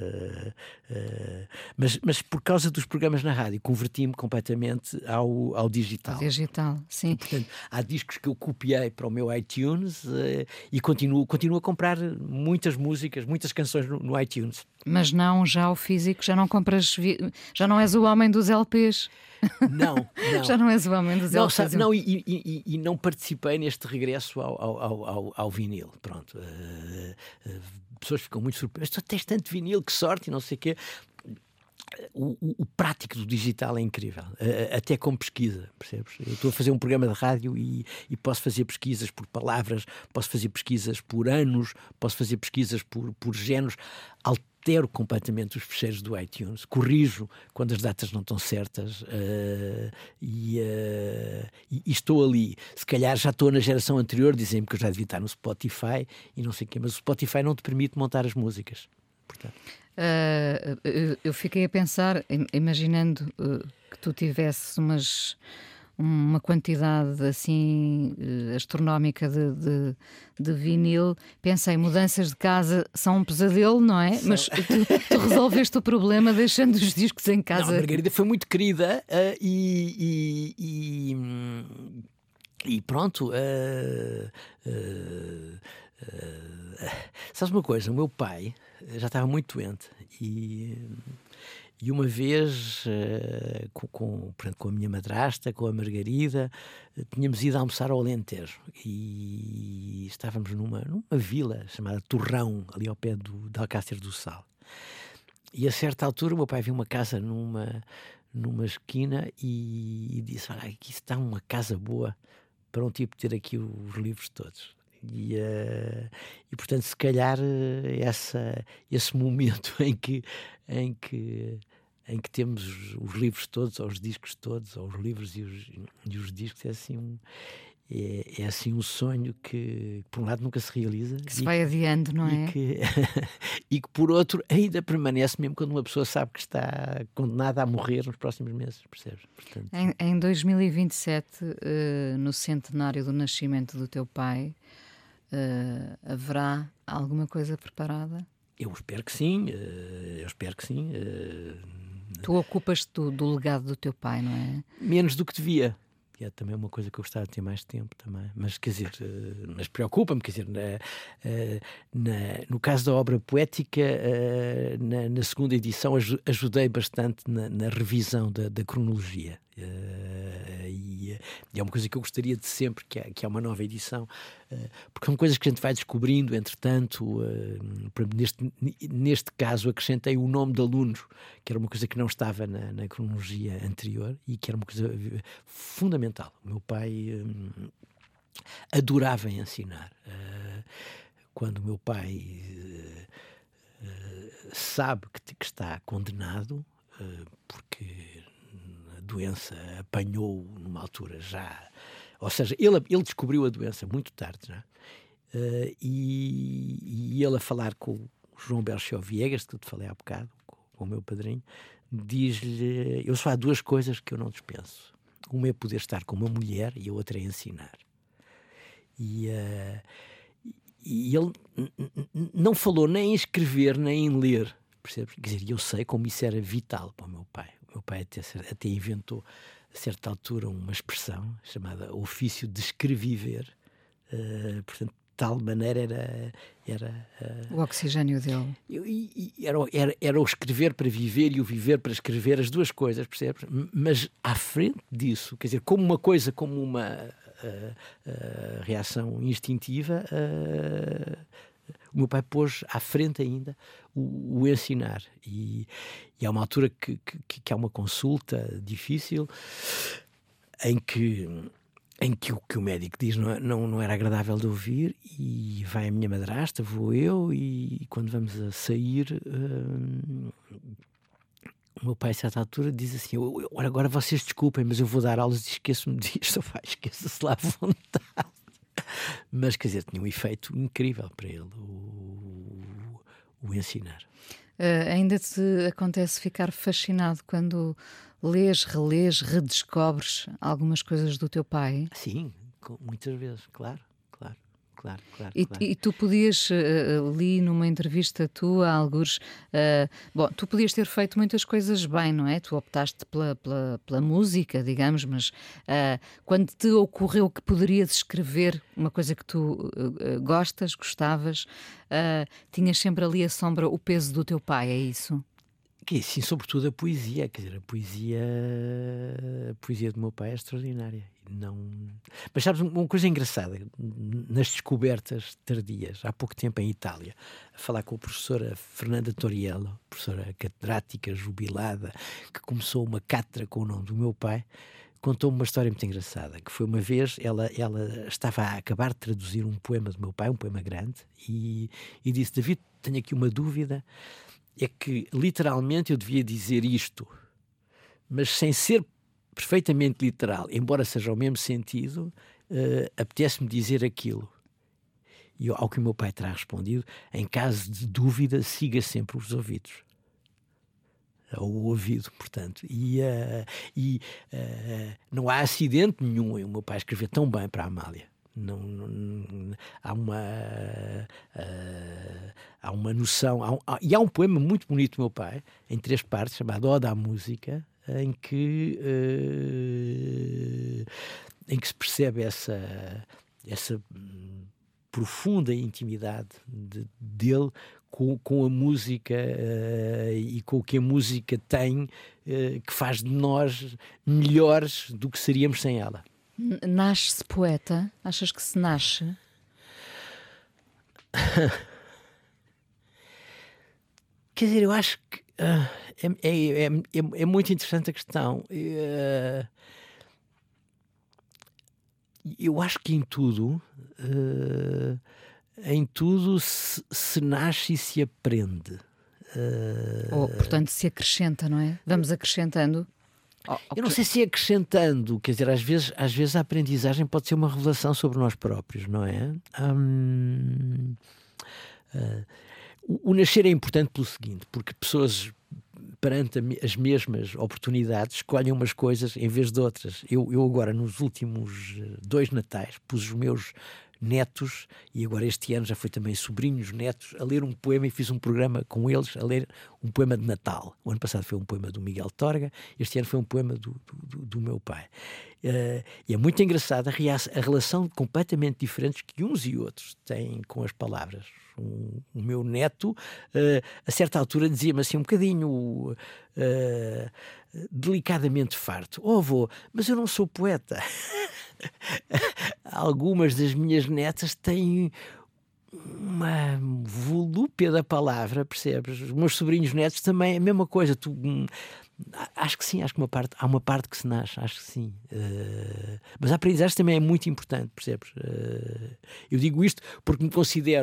Mas por causa dos programas na rádio, converti-me completamente ao digital. Ao digital, sim. Portanto, há discos que eu copiei para o meu iTunes e continuo a comprar muitas músicas, muitas canções no iTunes. Mas não já o físico, já não compras, já não és o homem dos LPs. Não. Já não és o homem dos LPs. Não, e não participei neste regresso ao vinil. Pronto. Pessoas ficam muito surpresas. Tu tens tanto vinil, que sorte, e não sei o quê. O prático do digital é incrível, até com pesquisa, percebes? Eu estou a fazer um programa de rádio e posso fazer pesquisas por palavras, posso fazer pesquisas por anos, posso fazer pesquisas por géneros, altero completamente os fecheiros do iTunes, corrijo quando as datas não estão certas, e estou ali. Se calhar já estou na geração anterior, dizem-me que eu já devia estar no Spotify e não sei o quê, mas o Spotify não te permite montar as músicas. Portanto, eu fiquei a pensar, imaginando que tu tivesses uma quantidade assim astronómica de vinil, pensei, mudanças de casa são um pesadelo, não é? Mas tu resolveste o problema deixando os discos em casa. Não, a Margarida foi muito querida e pronto. Sabes uma coisa? O meu pai já estava muito doente e uma vez com a minha madrasta, com a Margarida, tínhamos ido almoçar ao Alentejo e estávamos numa vila chamada Torrão, ali ao pé de Alcácer do Sal. E a certa altura o meu pai viu uma casa numa esquina e disse: olha, aqui está uma casa boa para um tipo ter aqui os livros todos. E portanto, se calhar esse momento em que temos os livros todos, ou os discos todos, ou os livros e os discos, é assim um sonho que por um lado nunca se realiza, que se vai adiando, não é? E que por outro ainda permanece, mesmo quando uma pessoa sabe que está condenada a morrer nos próximos meses, percebes? Portanto, em 2027, no centenário do nascimento do teu pai, haverá alguma coisa preparada? Eu espero que sim, Tu ocupas-te do legado do teu pai, não é? Menos do que devia. É também uma coisa que eu gostava de ter mais tempo também. Mas, quer dizer, mas preocupa-me, quer dizer, no caso da obra poética, na segunda edição ajudei bastante na revisão da cronologia. E é uma coisa que eu gostaria de sempre que é uma nova edição, porque são coisas que a gente vai descobrindo, entretanto. Neste caso acrescentei o nome de alunos, que era uma coisa que não estava na cronologia anterior e que era uma coisa fundamental. O meu pai adorava ensinar. Quando o meu pai sabe que está condenado, porque a doença apanhou numa altura já, ou seja, ele descobriu a doença muito tarde já, e ele a falar com o João Belchior Viegas, que eu te falei há bocado, com o meu padrinho, diz-lhe: eu só há duas coisas que eu não dispenso. Uma é poder estar com uma mulher e a outra é ensinar. E ele não falou nem em escrever nem em ler, percebes? Quer dizer, eu sei como isso era vital para o meu pai. O meu pai até inventou, a certa altura, uma expressão chamada ofício de escreviver. Portanto, de tal maneira era o oxigênio dele. Era o escrever para viver e o viver para escrever, as duas coisas, percebes? Mas à frente disso, quer dizer, como uma coisa, como uma reação instintiva, o meu pai pôs à frente ainda o ensinar. E há uma altura que há uma consulta difícil em que o que o médico diz não era agradável de ouvir, e vai a minha madrasta, vou eu, e quando vamos a sair, o meu pai a certa altura diz assim: olha, agora vocês desculpem, mas eu vou dar aulas e esqueço-me disto. Pai, esqueça-se lá à vontade. Mas, quer dizer, tinha um efeito incrível para ele o ensinar. Ainda te acontece ficar fascinado quando lês, relês, redescobres algumas coisas do teu pai? Sim, muitas vezes, claro. E tu podias, li numa entrevista tua, algures, tu podias ter feito muitas coisas bem, não é? Tu optaste pela música, digamos, mas quando te ocorreu que poderias escrever uma coisa que tu gostavas, tinhas sempre ali a sombra, o peso do teu pai, é isso? Sim, sobretudo a poesia, quer dizer, a poesia do meu pai é extraordinária. Mas sabes, uma coisa engraçada, nas descobertas tardias, há pouco tempo em Itália, a falar com a professora Fernanda Toriello, professora catedrática jubilada, que começou uma cátedra com o nome do meu pai, contou-me uma história muito engraçada, que foi uma vez, ela estava a acabar de traduzir um poema do meu pai, um poema grande, e disse: David, tenho aqui uma dúvida, é que literalmente eu devia dizer isto, mas sem ser perfeitamente literal, embora seja o mesmo sentido, apetece-me dizer aquilo. E ao que o meu pai terá respondido: em caso de dúvida, siga sempre os ouvidos. Ou o ouvido, portanto. Não há acidente nenhum em o meu pai escrever tão bem para a Amália. Há uma noção, e há um poema muito bonito do meu pai, em 3 partes, chamado Ode à Música, em que se percebe essa profunda intimidade dele com a música e com o que a música tem, que faz de nós melhores do que seríamos sem ela. Nasce-se poeta? Achas que se nasce? Quer dizer, eu acho que é muito interessante a questão. Eu acho que em tudo se nasce e se aprende. Portanto, se acrescenta, não é? Vamos acrescentando. Eu não sei se acrescentando, quer dizer, às vezes a aprendizagem pode ser uma revelação sobre nós próprios, não é? O nascer é importante pelo seguinte, porque pessoas perante as mesmas oportunidades escolhem umas coisas em vez de outras. Eu agora, nos últimos 2 natais, pus os meus netos, e agora este ano já foi também sobrinhos, netos, a ler um poema, e fiz um programa com eles a ler um poema de Natal. O ano passado foi um poema do Miguel Torga, este ano foi um poema do meu pai. E é muito engraçado a relação completamente diferente que uns e outros têm com as palavras. O meu neto, a certa altura, dizia-me assim um bocadinho delicadamente farto: "Oh, avô, mas eu não sou poeta." Algumas das minhas netas têm uma volúpia da palavra, percebes? Os meus sobrinhos netos também, a mesma coisa. Acho que sim, há uma parte que se nasce, acho que sim. Mas a aprendizagem também é muito importante, percebes? Eu digo isto porque me considero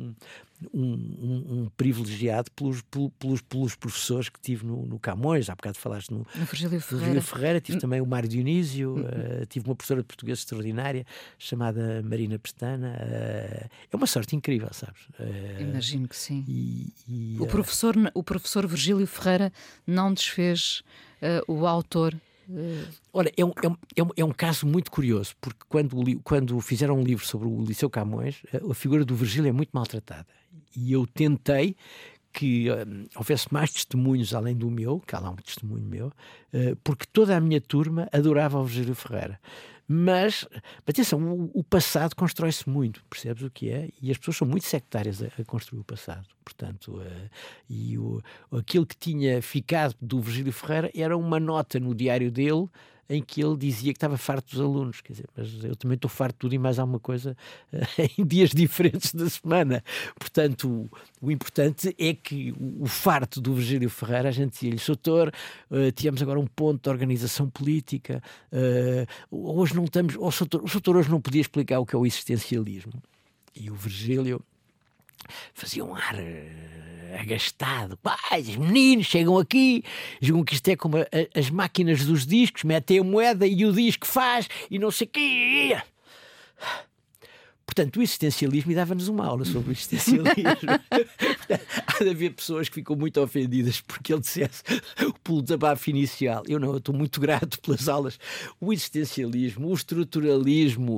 um privilegiado pelos professores que tive no Camões. Há bocado falaste no Virgílio Ferreira. Tive também o Mário Dionísio. Tive uma professora de português extraordinária chamada Marina Pestana. É uma sorte incrível, sabes? Imagino que sim. O professor Virgílio Ferreira não desfez o autor. Olha, é um caso muito curioso, porque quando fizeram um livro sobre o Liceu Camões, a figura do Virgílio é muito maltratada. E eu tentei que houvesse mais testemunhos além do meu, que há lá um testemunho meu, porque toda a minha turma adorava o Virgílio Ferreira. Mas atenção, o passado constrói-se muito, percebes o que é? E as pessoas são muito sectárias a construir o passado. Portanto, aquilo que tinha ficado do Virgílio Ferreira era uma nota no diário dele em que ele dizia que estava farto dos alunos. Quer dizer, mas eu também estou farto de tudo e mais alguma coisa em dias diferentes da semana. Portanto, o importante é que o farto do Virgílio Ferreira, a gente dizia-lhe: "Soutor, tínhamos agora um ponto de organização política, hoje não estamos... o Soutor hoje não podia explicar o que é o existencialismo." E o Virgílio fazia um ar agastado: "Os meninos chegam aqui, julgam que isto é como as máquinas dos discos, metem a moeda e o disco faz e não sei o quê." Portanto, o existencialismo, e dava-nos uma aula sobre o existencialismo. Há de haver pessoas que ficam muito ofendidas porque ele dissesse pelo desabafo inicial. Eu estou muito grato pelas aulas. O existencialismo, o estruturalismo,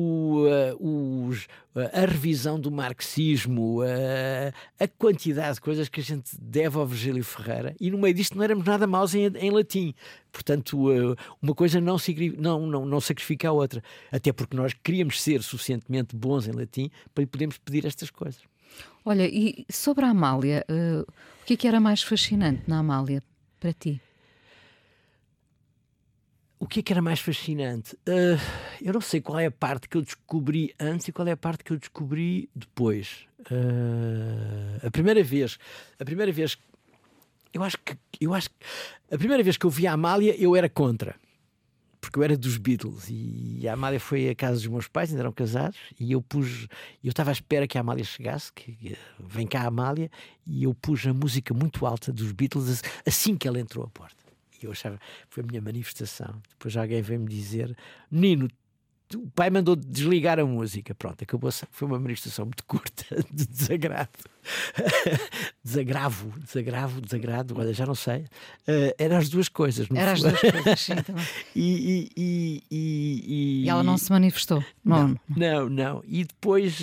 a revisão do marxismo, a quantidade de coisas que a gente deve ao Virgílio Ferreira, e no meio disto não éramos nada maus em latim. Portanto, uma coisa não sacrifica a outra. Até porque nós queríamos ser suficientemente bons em latim para lhe podermos pedir estas coisas. Olha, e sobre a Amália, O que é que era mais fascinante na Amália, para ti? O que é que era mais fascinante? Eu não sei qual é a parte que eu descobri antes e qual é a parte que eu descobri depois. A primeira vez, eu acho que a primeira vez que eu vi a Amália eu era contra, porque eu era dos Beatles e a Amália foi à casa dos meus pais, ainda eram casados, e eu estava à espera que a Amália chegasse, que vem cá a Amália, e eu pus a música muito alta dos Beatles assim que ela entrou à porta. Eu achava, foi a minha manifestação. Depois alguém veio-me dizer: menino, o pai mandou desligar a música. Pronto, acabou-se. Foi uma manifestação muito curta de desagrado. Desagrado, olha, já não sei. Eram as duas coisas. Eram as duas coisas, sim, também. E ela não se manifestou? Não. E depois...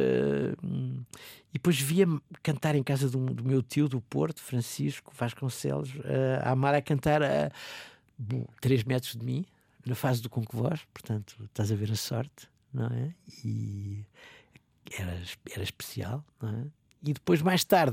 E depois via-me cantar em casa do meu tio do Porto, Francisco Vasconcelos, a Amália a cantar a 3 metros de mim, na fase do Conquevós, portanto, estás a ver a sorte, não é? E era especial, não é? E depois, mais tarde,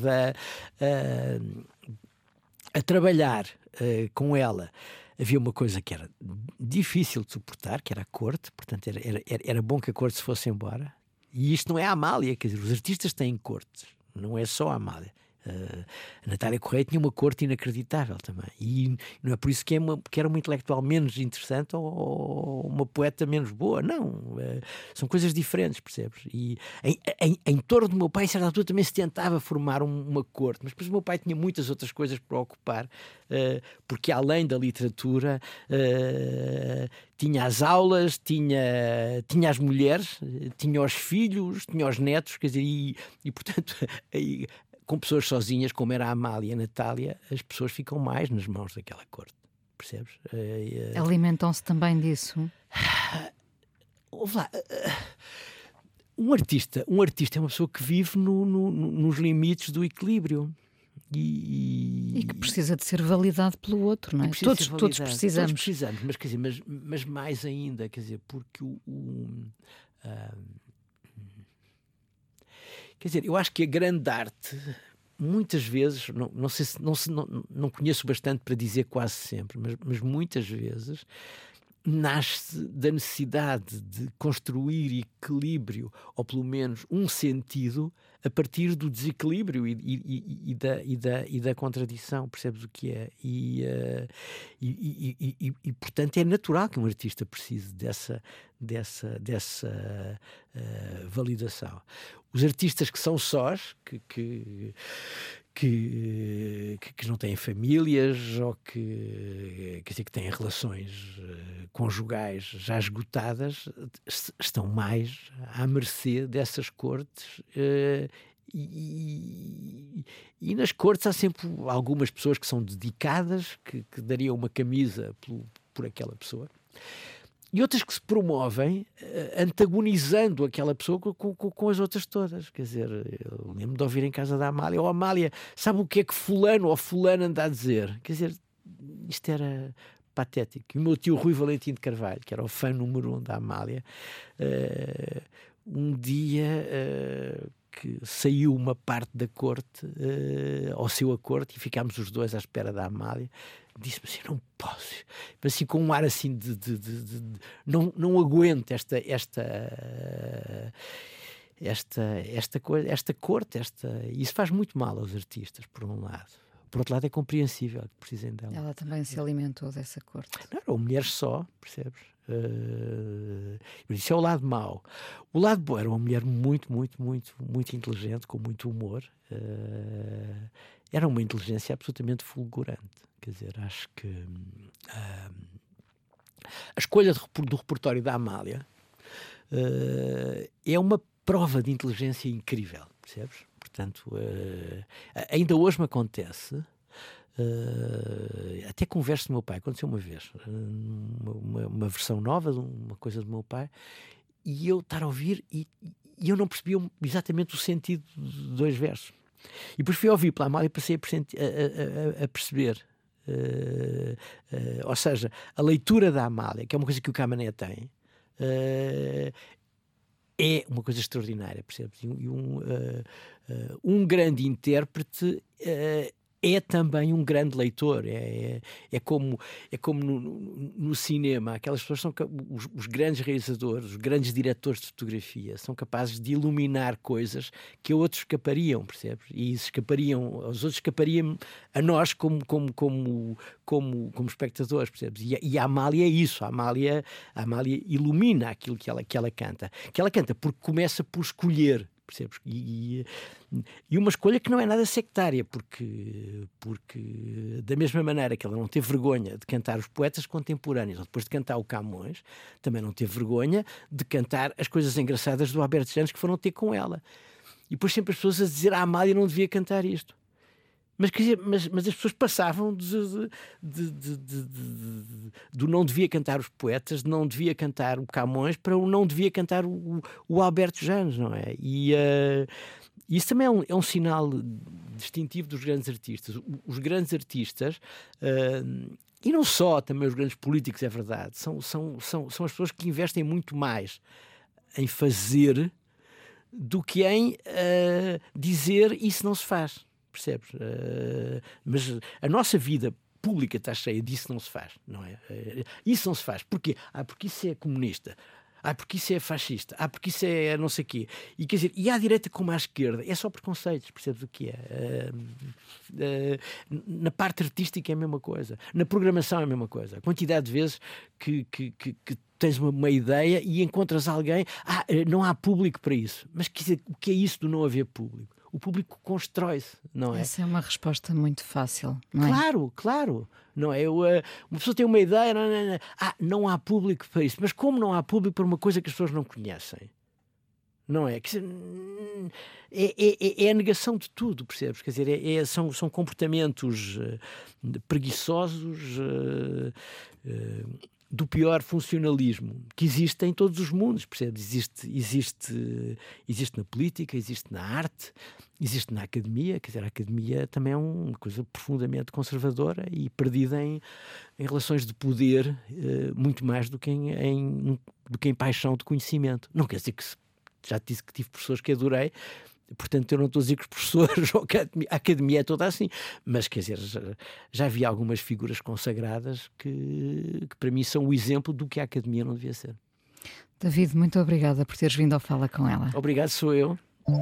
a trabalhar com ela, havia uma coisa que era difícil de suportar, que era a corte, portanto, era bom que a corte se fosse embora. E isto não é a Amália, quer dizer, os artistas têm cortes, não é só a Amália. A Natália Correia tinha uma corte inacreditável também, e não é por isso que era uma intelectual menos interessante ou uma poeta menos boa, não, são coisas diferentes, percebes? E em torno do meu pai, em certa altura, também se tentava formar uma corte, mas depois o meu pai tinha muitas outras coisas para ocupar, porque além da literatura tinha as aulas, tinha as mulheres, tinha os filhos, tinha os netos, quer dizer, e portanto com pessoas sozinhas, como era a Amália e a Natália, as pessoas ficam mais nas mãos daquela corte, percebes? Alimentam-se também disso? Ouve lá, um artista é uma pessoa que vive nos limites do equilíbrio. E que precisa de ser validado pelo outro, não é? Todos precisamos. Todos precisamos, mas, quer dizer, mas mais ainda, quer dizer, porque quer dizer, eu acho que a grande arte, muitas vezes, não sei se não conheço bastante para dizer quase sempre, mas muitas vezes nasce da necessidade de construir equilíbrio, ou pelo menos um sentido, a partir do desequilíbrio e da contradição, percebes o que é? E portanto é natural que um artista precise dessa validação. Os artistas que são sós, que não têm famílias ou que têm relações conjugais já esgotadas, estão mais à mercê dessas cortes. E nas cortes há sempre algumas pessoas que são dedicadas, que dariam uma camisa por aquela pessoa, e outras que se promovem antagonizando aquela pessoa com as outras todas. Quer dizer, eu lembro de ouvir em casa da Amália: oh Amália, sabe o que é que fulano ou fulano anda a dizer? Quer dizer, isto era patético. E o meu tio Rui Valentim de Carvalho, que era o fã número 1 da Amália, um dia que saiu uma parte da corte, ao seu a corte, e ficámos os dois à espera da Amália, disse-me assim: não posso, assim, com um ar assim de não aguento esta coisa, esta corte, isso faz muito mal aos artistas, por um lado. Por outro lado, é compreensível que precisem dela. Ela também se alimentou dessa corte. Não, eram mulheres só, percebes? Isso é o lado mau. O lado bom era uma mulher muito, muito, muito, muito inteligente, com muito humor. Era uma inteligência absolutamente fulgurante. Quer dizer, acho que a escolha do repertório da Amália é uma prova de inteligência incrível, percebes? Portanto, ainda hoje me acontece, até converso do meu pai, aconteceu uma vez, uma versão nova de uma coisa do meu pai, e eu estar a ouvir e eu não percebia exatamente o sentido de 2 versos. E depois fui a ouvir pela Amália e passei a perceber. Ou seja, a leitura da Amália, que é uma coisa que o Camané tem, é uma coisa extraordinária, percebes? E um grande intérprete é também um grande leitor. É como no cinema, aquelas pessoas são os grandes realizadores, os grandes diretores de fotografia, são capazes de iluminar coisas que a outros escapariam, percebes? E aos outros escapariam a nós como espectadores, percebes? E a Amália é isso. A Amália ilumina aquilo que ela canta. Que ela canta porque começa por escolher, percebes? E uma escolha que não é nada sectária, porque da mesma maneira que ela não teve vergonha de cantar os poetas contemporâneos, ou depois de cantar o Camões, também não teve vergonha de cantar as coisas engraçadas do Alberto Janos que foram ter com ela. E depois sempre as pessoas a dizer a Amália não devia cantar isto. Mas as pessoas passavam do não devia cantar os poetas, de não devia cantar o Camões, para o não devia cantar o Alberto Janos, não é? E isso também é um sinal distintivo dos grandes artistas. Os grandes artistas, e não só, também os grandes políticos, é verdade, são as pessoas que investem muito mais em fazer do que em dizer isso não se faz. Percebes? Mas a nossa vida pública está cheia disso não se faz, não é? Isso não se faz. Porquê? Porque isso é comunista. Porque isso é fascista. Porque isso é não sei o quê. E quer dizer, e à direita como à esquerda, é só preconceitos, percebes o que é? Na parte artística é a mesma coisa. Na programação é a mesma coisa. A quantidade de vezes que tens uma ideia e encontras alguém, não há público para isso. Mas quer dizer, o que é isso do não haver público? O público constrói-se, não é? Essa é uma resposta muito fácil, não é? Claro. Não é? Uma pessoa tem uma ideia, não há público para isso. Mas como não há público para uma coisa que as pessoas não conhecem? Não é? Quer dizer, é a negação de tudo, percebes? Quer dizer, são comportamentos preguiçosos, do pior funcionalismo que existe em todos os mundos, percebes? Existe na política, existe na arte, existe na academia. Quer dizer, a academia também é uma coisa profundamente conservadora e perdida em relações de poder, muito mais do que em paixão de conhecimento. Não quer dizer que já te disse que tive professores que adorei, portanto eu não estou a dizer que os professores ou a academia é toda assim, mas quer dizer, já vi algumas figuras consagradas que para mim são o exemplo do que a academia não devia ser. David, muito obrigada por teres vindo ao Fala Com Ela. Obrigado, sou eu.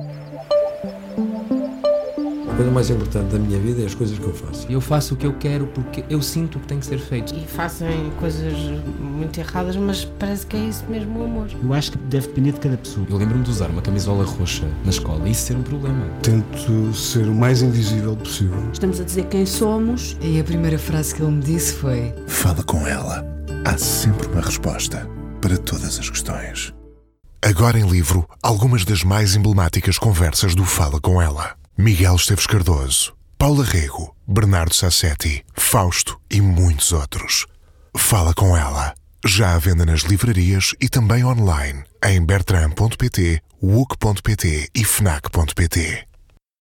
A coisa mais importante da minha vida é as coisas que eu faço. Eu faço o que eu quero porque eu sinto que tem que ser feito. E fazem coisas muito erradas, mas parece que é isso mesmo o amor. Eu acho que deve depender de cada pessoa. Eu lembro-me de usar uma camisola roxa na escola e isso ser um problema. Tento ser o mais invisível possível. Estamos a dizer quem somos. E a primeira frase que ele me disse foi: Fala com ela. Há sempre uma resposta para todas as questões. Agora em livro, algumas das mais emblemáticas conversas do Fala Com Ela. Miguel Esteves Cardoso, Paula Rego, Bernardo Sassetti, Fausto e muitos outros. Fala Com Ela. Já à venda nas livrarias e também online em bertrand.pt, wook.pt e fnac.pt.